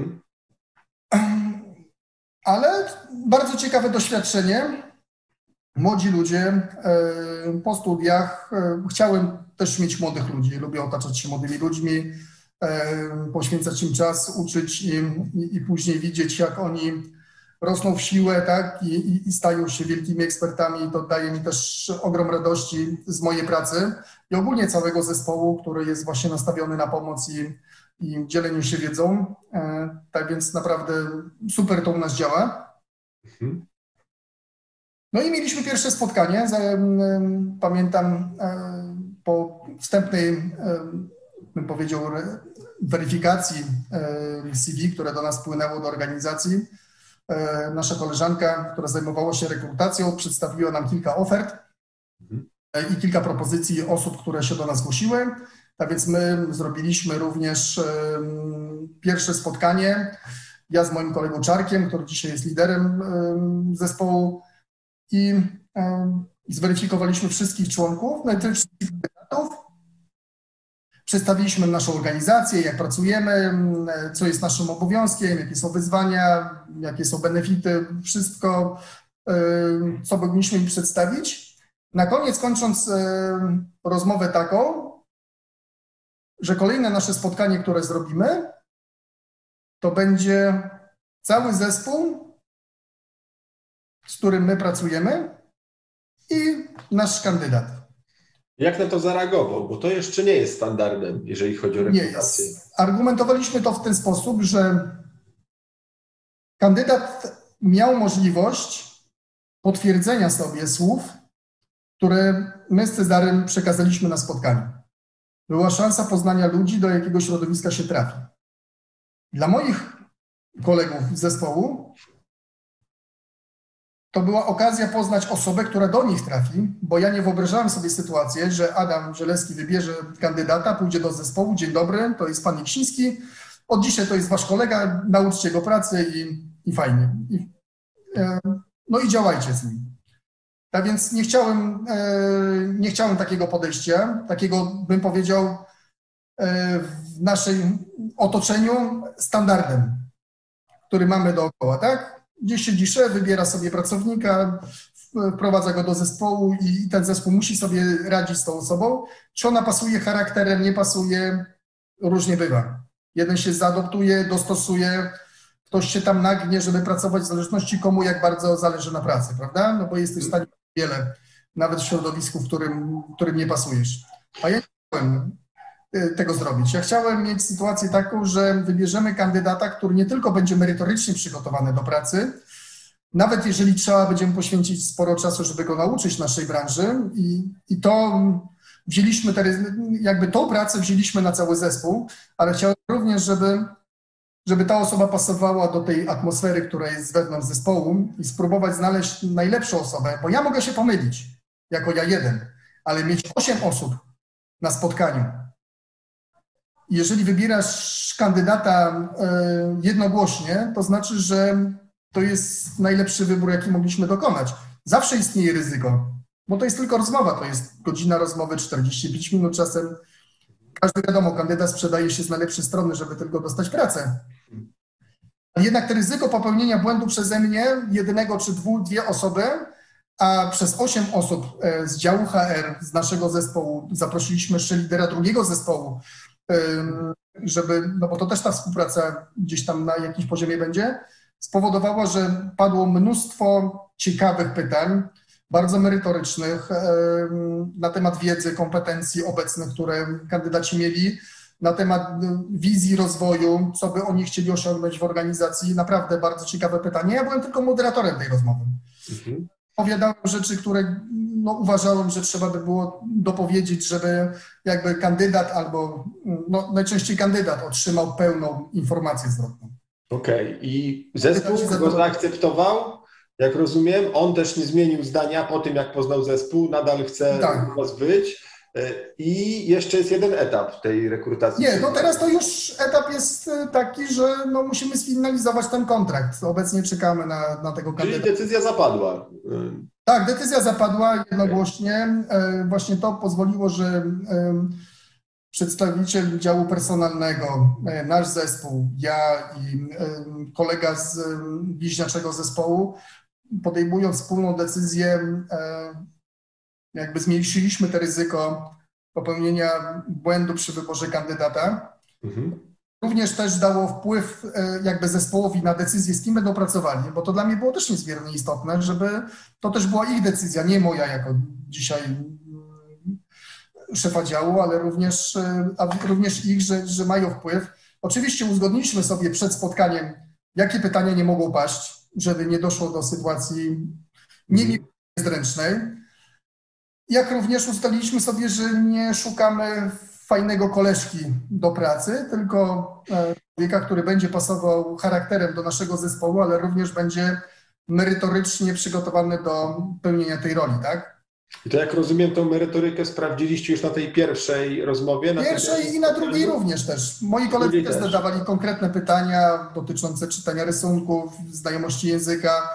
Ale bardzo ciekawe doświadczenie. Młodzi ludzie po studiach, chciałem też mieć młodych ludzi, lubię otaczać się młodymi ludźmi, poświęcać im czas, uczyć i później widzieć, jak oni rosną w siłę, tak, i stają się wielkimi ekspertami. To daje mi też ogrom radości z mojej pracy i ogólnie całego zespołu, który jest właśnie nastawiony na pomoc i dzieleniu się wiedzą. Tak więc naprawdę super to u nas działa. No i mieliśmy pierwsze spotkanie. Pamiętam po wstępnej, bym powiedział, weryfikacji CV, które do nas wpłynęło do organizacji. Nasza koleżanka, która zajmowała się rekrutacją, przedstawiła nam kilka ofert i kilka propozycji osób, które się do nas zgłosiły. Tak więc my zrobiliśmy również pierwsze spotkanie. Ja z moim kolegą Czarkiem, który dzisiaj jest liderem zespołu i zweryfikowaliśmy wszystkich członków, wszystkich kandydatów. Przedstawiliśmy naszą organizację, jak pracujemy, co jest naszym obowiązkiem, jakie są wyzwania, jakie są benefity, wszystko, co powinniśmy im przedstawić. Na koniec, kończąc rozmowę taką, że kolejne nasze spotkanie, które zrobimy, to będzie cały zespół, z którym my pracujemy i nasz kandydat. Jak na to zareagował? Bo to jeszcze nie jest standardem, jeżeli chodzi o rekrutację. Nie jest. Argumentowaliśmy to w ten sposób, że kandydat miał możliwość potwierdzenia sobie słów, które my z Cezarym przekazaliśmy na spotkaniu. Była szansa poznania ludzi, do jakiego środowiska się trafi. Dla moich kolegów z zespołu to była okazja poznać osobę, która do nich trafi, bo ja nie wyobrażałem sobie sytuacji, że Adam Zielewski wybierze kandydata, pójdzie do zespołu, dzień dobry, to jest pan Jeksiński, od dzisiaj to jest wasz kolega, nauczcie go pracy i fajnie. No i działajcie z nim. Tak więc nie chciałem takiego podejścia, takiego bym powiedział w naszym otoczeniu standardem, który mamy dookoła, tak? Gdzieś siedzi szef, wybiera sobie pracownika, wprowadza go do zespołu i ten zespół musi sobie radzić z tą osobą. Czy ona pasuje charakterem, nie pasuje, różnie bywa. Jeden się zaadoptuje, dostosuje, ktoś się tam nagnie, żeby pracować w zależności komu jak bardzo zależy na pracy, prawda? No bo jesteś w stanie wiele, nawet w środowisku, w którym nie pasujesz. A ja nie chciałem tego zrobić. Ja chciałem mieć sytuację taką, że wybierzemy kandydata, który nie tylko będzie merytorycznie przygotowany do pracy, nawet jeżeli trzeba będziemy poświęcić sporo czasu, żeby go nauczyć naszej branży i to wzięliśmy, jakby tą pracę wzięliśmy na cały zespół, ale chciałem również, żeby ta osoba pasowała do tej atmosfery, która jest wewnątrz zespołu i spróbować znaleźć najlepszą osobę, bo ja mogę się pomylić, jako ja jeden, ale mieć 8 osób na spotkaniu. Jeżeli wybierasz kandydata jednogłośnie, to znaczy, że to jest najlepszy wybór, jaki mogliśmy dokonać. Zawsze istnieje ryzyko, bo to jest tylko rozmowa, to jest godzina rozmowy, 45 minut czasem. Każdy wiadomo, kandydat sprzedaje się z najlepszej strony, żeby tylko dostać pracę. Jednak to ryzyko popełnienia błędu przeze mnie, jednego czy dwie osoby, a przez 8 osób z działu HR, z naszego zespołu, zaprosiliśmy jeszcze lidera drugiego zespołu, żeby, no bo to też ta współpraca gdzieś tam na jakimś poziomie będzie, spowodowała, że padło mnóstwo ciekawych pytań, bardzo merytorycznych, na temat wiedzy, kompetencji obecnych, które kandydaci mieli, na temat wizji rozwoju, co by oni chcieli osiągnąć w organizacji. Naprawdę bardzo ciekawe pytanie. Ja byłem tylko moderatorem tej rozmowy. Opowiadałem rzeczy, które no, uważałem, że trzeba by było dopowiedzieć, żeby jakby kandydat albo no, najczęściej kandydat otrzymał pełną informację zwrotną. Okej. I zespół go zaakceptował, jak rozumiem. On też nie zmienił zdania po tym, jak poznał zespół. Nadal chce u was być. I jeszcze jest jeden etap tej rekrutacji. Nie, no teraz to już etap jest taki, że no musimy sfinalizować ten kontrakt. Obecnie czekamy na tego kandydata. Czyli decyzja zapadła. Tak, decyzja zapadła jednogłośnie. Właśnie to pozwoliło, że przedstawiciel działu personalnego, nasz zespół, ja i kolega z bliźniaczego zespołu, podejmując wspólną decyzję, jakby zmniejszyliśmy to ryzyko popełnienia błędu przy wyborze kandydata. Również też dało wpływ jakby zespołowi na decyzję, z kim będą pracowali, bo to dla mnie było też niezmiernie istotne, żeby to też była ich decyzja, nie moja jako dzisiaj szefa działu, ale również ich, że mają wpływ. Oczywiście uzgodniliśmy sobie przed spotkaniem, jakie pytania nie mogą paść, żeby nie doszło do sytuacji niezręcznej. Jak również ustaliliśmy sobie, że nie szukamy fajnego koleżki do pracy, tylko człowieka, który będzie pasował charakterem do naszego zespołu, ale również będzie merytorycznie przygotowany do pełnienia tej roli, tak? I to jak rozumiem, tą merytorykę sprawdziliście już na tej pierwszej rozmowie? Pierwszej i na drugiej również też. Moi koledzy też zadawali konkretne pytania dotyczące czytania rysunków, znajomości języka.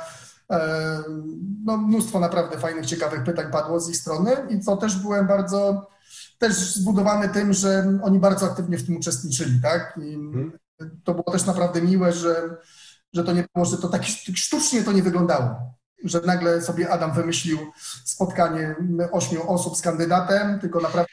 No, mnóstwo naprawdę fajnych, ciekawych pytań padło z ich strony i co też byłem bardzo zbudowany tym, że oni bardzo aktywnie w tym uczestniczyli, tak? I to było też naprawdę miłe, że to nie było, że to tak sztucznie to nie wyglądało, że nagle sobie Adam wymyślił spotkanie 8 osób z kandydatem, tylko naprawdę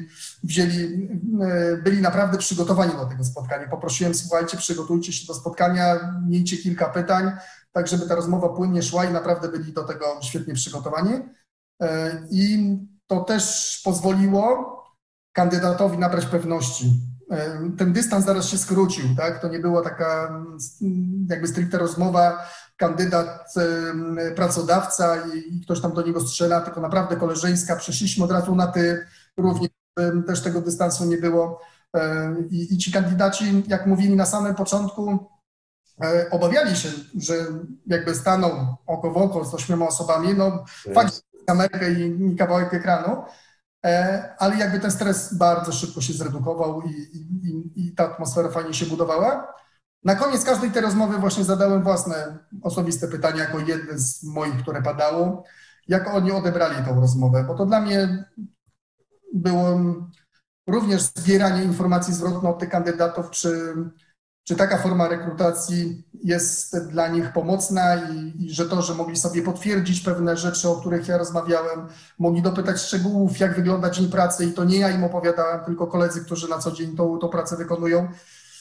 byli naprawdę przygotowani do tego spotkania. Poprosiłem, słuchajcie, przygotujcie się do spotkania, miejcie kilka pytań, tak żeby ta rozmowa płynnie szła i naprawdę byli do tego świetnie przygotowani. I to też pozwoliło kandydatowi nabrać pewności. Ten dystans zaraz się skrócił, tak? To nie była taka jakby stricte rozmowa kandydat, pracodawca i ktoś tam do niego strzela, tylko naprawdę koleżeńska, przeszliśmy od razu na ty, również też tego dystansu nie było. I ci kandydaci, jak mówili na samym początku, obawiali się, że jakby staną oko w oko z 8 osobami, no fakt, kamerkę i kawałek ekranu, ale jakby ten stres bardzo szybko się zredukował i ta atmosfera fajnie się budowała. Na koniec każdej tej rozmowy właśnie zadałem własne osobiste pytania, jako jedne z moich, które padało, jak oni odebrali tą rozmowę, bo to dla mnie było również zbieranie informacji zwrotnych od tych kandydatów, czy taka forma rekrutacji jest dla nich pomocna i że to, że mogli sobie potwierdzić pewne rzeczy, o których ja rozmawiałem, mogli dopytać szczegółów, jak wygląda dzień pracy i to nie ja im opowiadałem, tylko koledzy, którzy na co dzień tą pracę wykonują.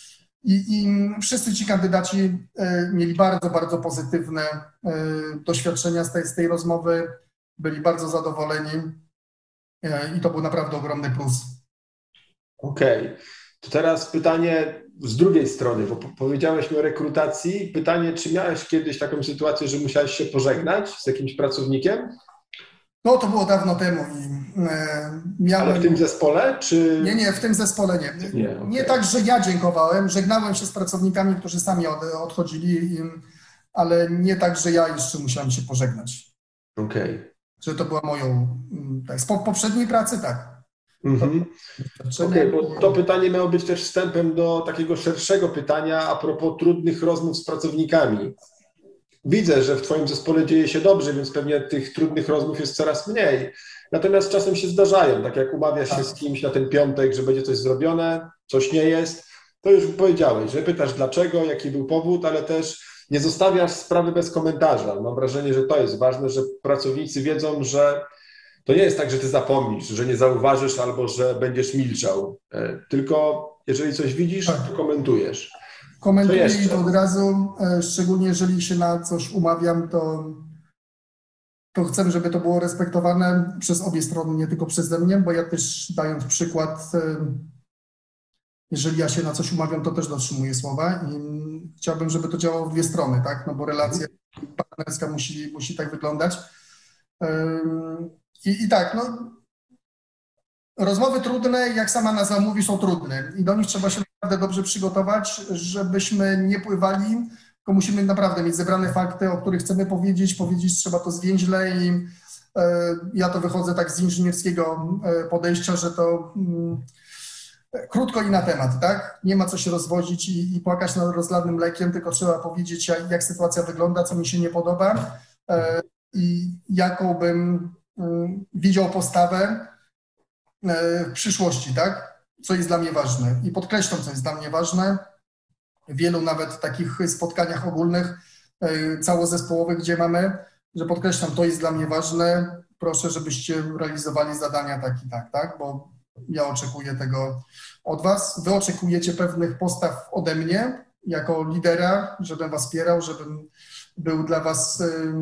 I wszyscy ci kandydaci mieli bardzo, bardzo pozytywne doświadczenia z tej rozmowy, byli bardzo zadowoleni i to był naprawdę ogromny plus. Okej. To teraz pytanie z drugiej strony, bo powiedziałeś mi o rekrutacji. Pytanie, czy miałeś kiedyś taką sytuację, że musiałeś się pożegnać z jakimś pracownikiem? No to było dawno temu i miałem... Ale w tym zespole, czy... Nie, w tym zespole nie. Nie, okay. Nie tak, że ja dziękowałem, żegnałem się z pracownikami, którzy sami odchodzili, ale nie tak, że ja jeszcze musiałem się pożegnać. Okej. Że to była moją... Tak, z poprzedniej pracy, tak. Okej, bo to pytanie miało być też wstępem do takiego szerszego pytania a propos trudnych rozmów z pracownikami. Widzę, że w Twoim zespole dzieje się dobrze, więc pewnie tych trudnych rozmów jest coraz mniej. Natomiast czasem się zdarzają, tak jak umawiasz się z kimś na ten piątek, że będzie coś zrobione, coś nie jest, to już powiedziałeś, że pytasz dlaczego, jaki był powód, ale też nie zostawiasz sprawy bez komentarza. Mam wrażenie, że to jest ważne, że pracownicy wiedzą, że to nie jest tak, że ty zapomnisz, że nie zauważysz albo że będziesz milczał, tylko jeżeli coś widzisz, to komentujesz. Komentuję i to od razu, szczególnie jeżeli się na coś umawiam, to chcę, żeby to było respektowane przez obie strony, nie tylko przeze mnie, bo ja też, dając przykład, jeżeli ja się na coś umawiam, to też dotrzymuję słowa i chciałbym, żeby to działało w dwie strony, tak? No bo relacja partnerska musi tak wyglądać. I tak, no, rozmowy trudne, jak sama nazwa mówi, są trudne i do nich trzeba się naprawdę dobrze przygotować, żebyśmy nie pływali, tylko musimy naprawdę mieć zebrane fakty, o których chcemy powiedzieć trzeba to zwięźle i ja to wychodzę tak z inżynierskiego podejścia, że to krótko i na temat, tak? Nie ma co się rozwodzić i płakać nad rozlanym mlekiem, tylko trzeba powiedzieć, jak sytuacja wygląda, co mi się nie podoba i jaką bym widział postawę w przyszłości, tak? Co jest dla mnie ważne. I podkreślam, co jest dla mnie ważne. W wielu nawet takich spotkaniach ogólnych, całozespołowych, gdzie mamy, że podkreślam, to jest dla mnie ważne. Proszę, żebyście realizowali zadania tak i tak, tak? Bo ja oczekuję tego od was. Wy oczekujecie pewnych postaw ode mnie jako lidera, żebym was wspierał, żebym był dla was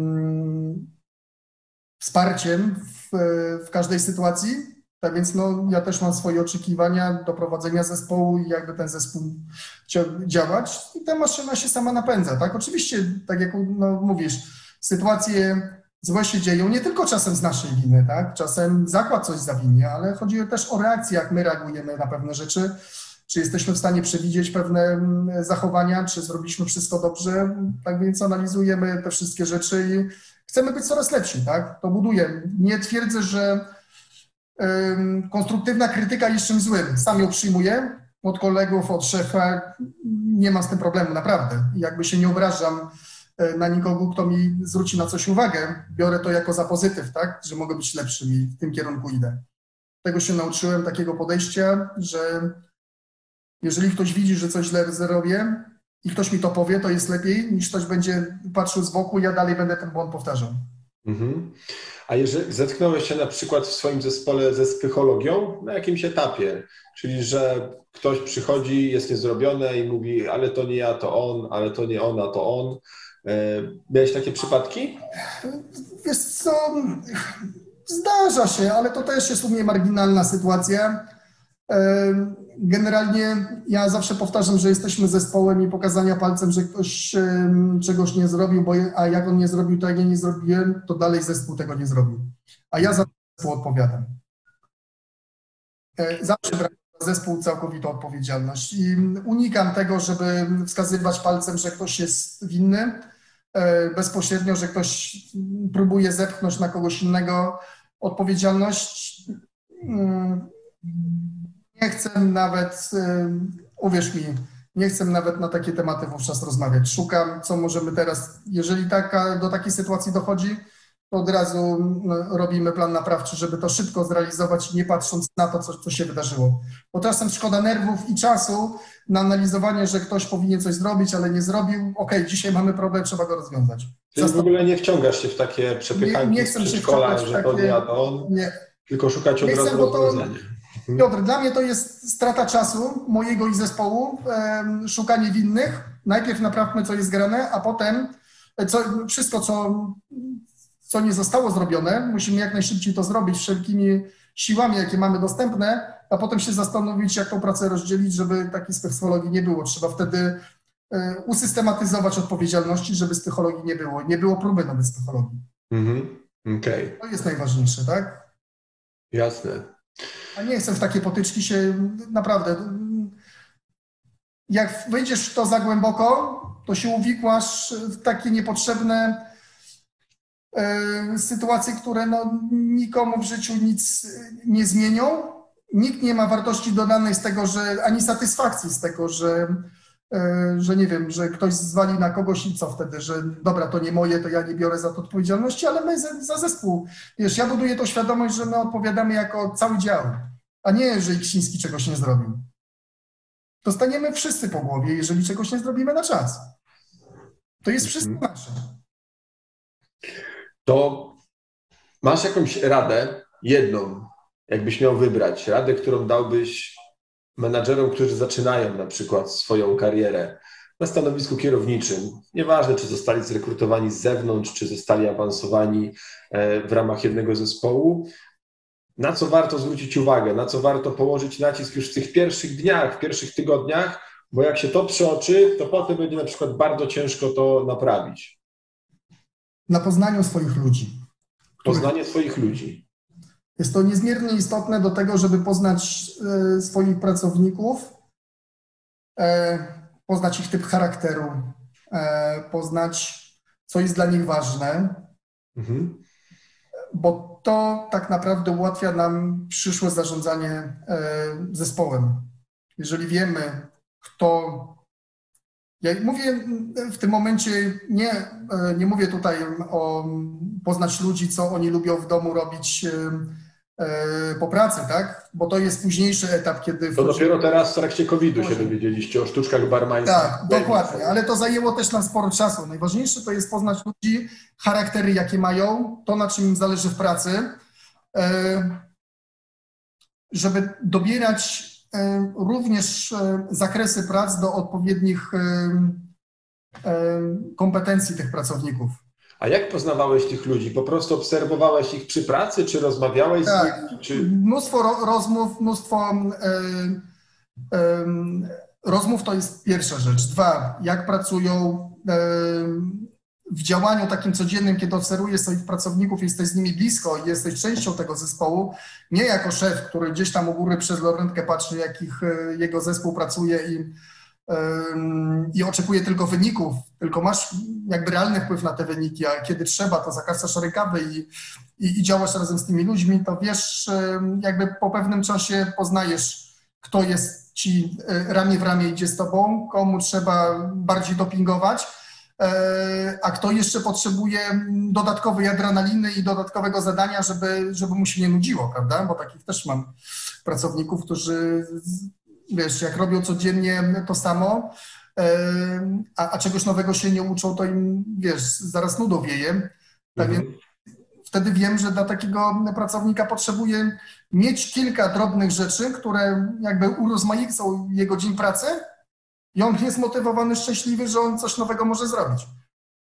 wsparciem w każdej sytuacji. Tak więc no, ja też mam swoje oczekiwania do prowadzenia zespołu i jakby ten zespół działać i ta maszyna się sama napędza, tak? Oczywiście, tak jak no, mówisz, sytuacje złe się dzieją nie tylko czasem z naszej winy, tak? Czasem zakład coś zawinie, ale chodzi też o reakcję, jak my reagujemy na pewne rzeczy, czy jesteśmy w stanie przewidzieć pewne zachowania, czy zrobiliśmy wszystko dobrze, tak więc analizujemy te wszystkie rzeczy i chcemy być coraz lepsi, tak? To buduje. Nie twierdzę, że konstruktywna krytyka jest czymś złym. Sam ją przyjmuję od kolegów, od szefa. Nie mam z tym problemu, naprawdę. Jakby się nie obrażam na nikogo, kto mi zwróci na coś uwagę. Biorę to jako za pozytyw, tak? Że mogę być lepszym i w tym kierunku idę. Tego się nauczyłem, takiego podejścia, że jeżeli ktoś widzi, że coś źle zrobię i ktoś mi to powie, to jest lepiej, niż ktoś będzie patrzył z boku i ja dalej będę ten błąd powtarzał. Mhm. A jeżeli zetknąłeś się na przykład w swoim zespole ze psychologią, na jakimś etapie, czyli że ktoś przychodzi, jest niezrobione i mówi, ale to nie ja, to on, ale to nie ona, to on. Miałeś takie przypadki? Wiesz co, zdarza się, ale to też jest u mnie marginalna sytuacja. Generalnie ja zawsze powtarzam, że jesteśmy zespołem i pokazania palcem, że ktoś czegoś nie zrobił, a jak on nie zrobił, to jak ja nie zrobiłem, to dalej zespół tego nie zrobił. A ja za zespół odpowiadam. Zawsze brałem za zespół całkowitą odpowiedzialność i unikam tego, żeby wskazywać palcem, że ktoś jest winny bezpośrednio, że ktoś próbuje zepchnąć na kogoś innego odpowiedzialność. Nie chcę nawet, uwierz mi, nie chcę nawet na takie tematy wówczas rozmawiać. Szukam, co możemy teraz, jeżeli do takiej sytuacji dochodzi, to od razu robimy plan naprawczy, żeby to szybko zrealizować i nie patrząc na to, co się wydarzyło. Bo czasem szkoda nerwów i czasu na analizowanie, że ktoś powinien coś zrobić, ale nie zrobił. Okej, dzisiaj mamy problem, trzeba go rozwiązać. Czyli w ogóle nie wciągasz się w takie przepychanki nie chcę z się przedszkola, wciągać w że to takie... nie on, nie. tylko szukać od razu rozwiązania. Piotr, dla mnie to jest strata czasu mojego i zespołu, szukanie winnych. Najpierw naprawmy, co jest grane, a potem wszystko, co nie zostało zrobione, musimy jak najszybciej to zrobić wszelkimi siłami, jakie mamy dostępne, a potem się zastanowić, jak tą pracę rozdzielić, żeby takiej psychologii nie było. Trzeba wtedy usystematyzować odpowiedzialności, żeby psychologii nie było. Nie było próby nowej psychologii. Okay. To jest najważniejsze, tak? Jasne. A nie chcę w takie potyczki się, naprawdę, jak wejdziesz w to za głęboko, to się uwikłasz w takie niepotrzebne sytuacje, które nikomu w życiu nic nie zmienią. Nikt nie ma wartości dodanej z tego, ani satysfakcji z tego, że nie wiem, że ktoś zwali na kogoś i co wtedy, że dobra, to nie moje, to ja nie biorę za to odpowiedzialności, ale my za zespół. Wiesz, ja buduję tą świadomość, że my odpowiadamy jako cały dział, a nie, że Ksiński czegoś nie zrobił. Dostaniemy wszyscy po głowie, jeżeli czegoś nie zrobimy na czas. To jest wszystko nasze. To masz jakąś radę, jedną, jakbyś miał wybrać, radę, którą dałbyś menadżerom, którzy zaczynają na przykład swoją karierę na stanowisku kierowniczym. Nieważne, czy zostali zrekrutowani z zewnątrz, czy zostali awansowani w ramach jednego zespołu. Na co warto zwrócić uwagę, na co warto położyć nacisk już w tych pierwszych dniach, w pierwszych tygodniach, bo jak się to przeoczy, to potem będzie na przykład bardzo ciężko to naprawić. Na poznaniu swoich ludzi. Poznanie swoich ludzi. Jest to niezmiernie istotne do tego, żeby poznać swoich pracowników, poznać ich typ charakteru, poznać, co jest dla nich ważne, bo to tak naprawdę ułatwia nam przyszłe zarządzanie zespołem. Jeżeli wiemy, kto... Ja mówię w tym momencie, nie mówię tutaj o poznać ludzi, co oni lubią w domu robić po pracy, tak? Bo to jest późniejszy etap, kiedy... To dopiero teraz w trakcie COVID-u się dowiedzieliście o sztuczkach barmańskich. Tak, dokładnie, ale to zajęło też nam sporo czasu. Najważniejsze to jest poznać ludzi, charaktery, jakie mają, to, na czym im zależy w pracy, żeby dobierać również zakresy prac do odpowiednich kompetencji tych pracowników. A jak poznawałeś tych ludzi? Po prostu obserwowałeś ich przy pracy, czy rozmawiałeś z nimi? Czy... Mnóstwo rozmów, rozmów to jest pierwsza rzecz. 2, jak pracują w działaniu takim codziennym, kiedy obserwujesz swoich pracowników, jesteś z nimi blisko i jesteś częścią tego zespołu, nie jako szef, który gdzieś tam u góry przez lornetkę patrzy, jak jego zespół pracuje i oczekuje tylko wyników, tylko masz jakby realny wpływ na te wyniki, a kiedy trzeba, to zakarcasz rękawy i działasz razem z tymi ludźmi, to wiesz, jakby po pewnym czasie poznajesz, kto jest ci ramię w ramię idzie z tobą, komu trzeba bardziej dopingować, a kto jeszcze potrzebuje dodatkowej adrenaliny i dodatkowego zadania, żeby mu się nie nudziło, prawda? Bo takich też mam pracowników, którzy, wiesz, jak robią codziennie to samo, a czegoś nowego się nie uczą, to im, wiesz, zaraz nudą wieje. Tak więc wtedy wiem, że dla takiego pracownika potrzebuję mieć kilka drobnych rzeczy, które jakby urozmaicą jego dzień pracy i on jest motywowany, szczęśliwy, że on coś nowego może zrobić.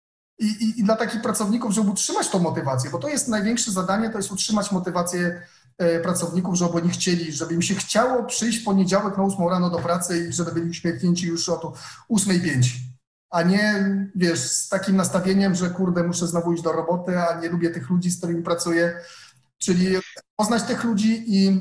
I dla takich pracowników, żeby utrzymać tą motywację, bo to jest największe zadanie, to jest utrzymać motywację pracowników, żeby oni chcieli, żeby im się chciało przyjść w poniedziałek na 8 rano do pracy i żeby byli uśmiechnięci już o 8:05. A nie, wiesz, z takim nastawieniem, że kurde, muszę znowu iść do roboty, a nie lubię tych ludzi, z którymi pracuję. Czyli poznać tych ludzi i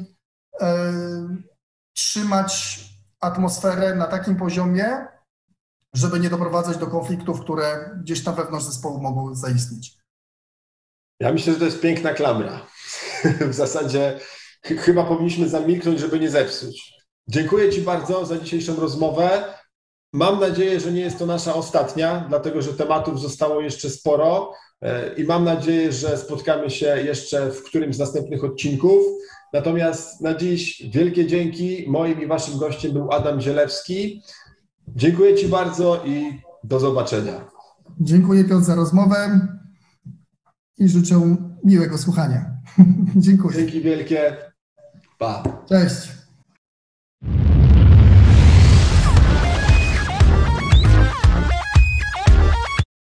trzymać atmosferę na takim poziomie, żeby nie doprowadzać do konfliktów, które gdzieś tam wewnątrz zespołu mogą zaistnieć. Ja myślę, że to jest piękna klamra. W zasadzie chyba powinniśmy zamilknąć, żeby nie zepsuć. Dziękuję Ci bardzo za dzisiejszą rozmowę. Mam nadzieję, że nie jest to nasza ostatnia, dlatego że tematów zostało jeszcze sporo i mam nadzieję, że spotkamy się jeszcze w którymś z następnych odcinków. Natomiast na dziś wielkie dzięki. Moim i Waszym gościem był Adam Zielewski. Dziękuję Ci bardzo i do zobaczenia. Dziękuję, Piotr, za rozmowę i życzę miłego słuchania. Dziękuję. Dzięki wielkie. Pa. Cześć.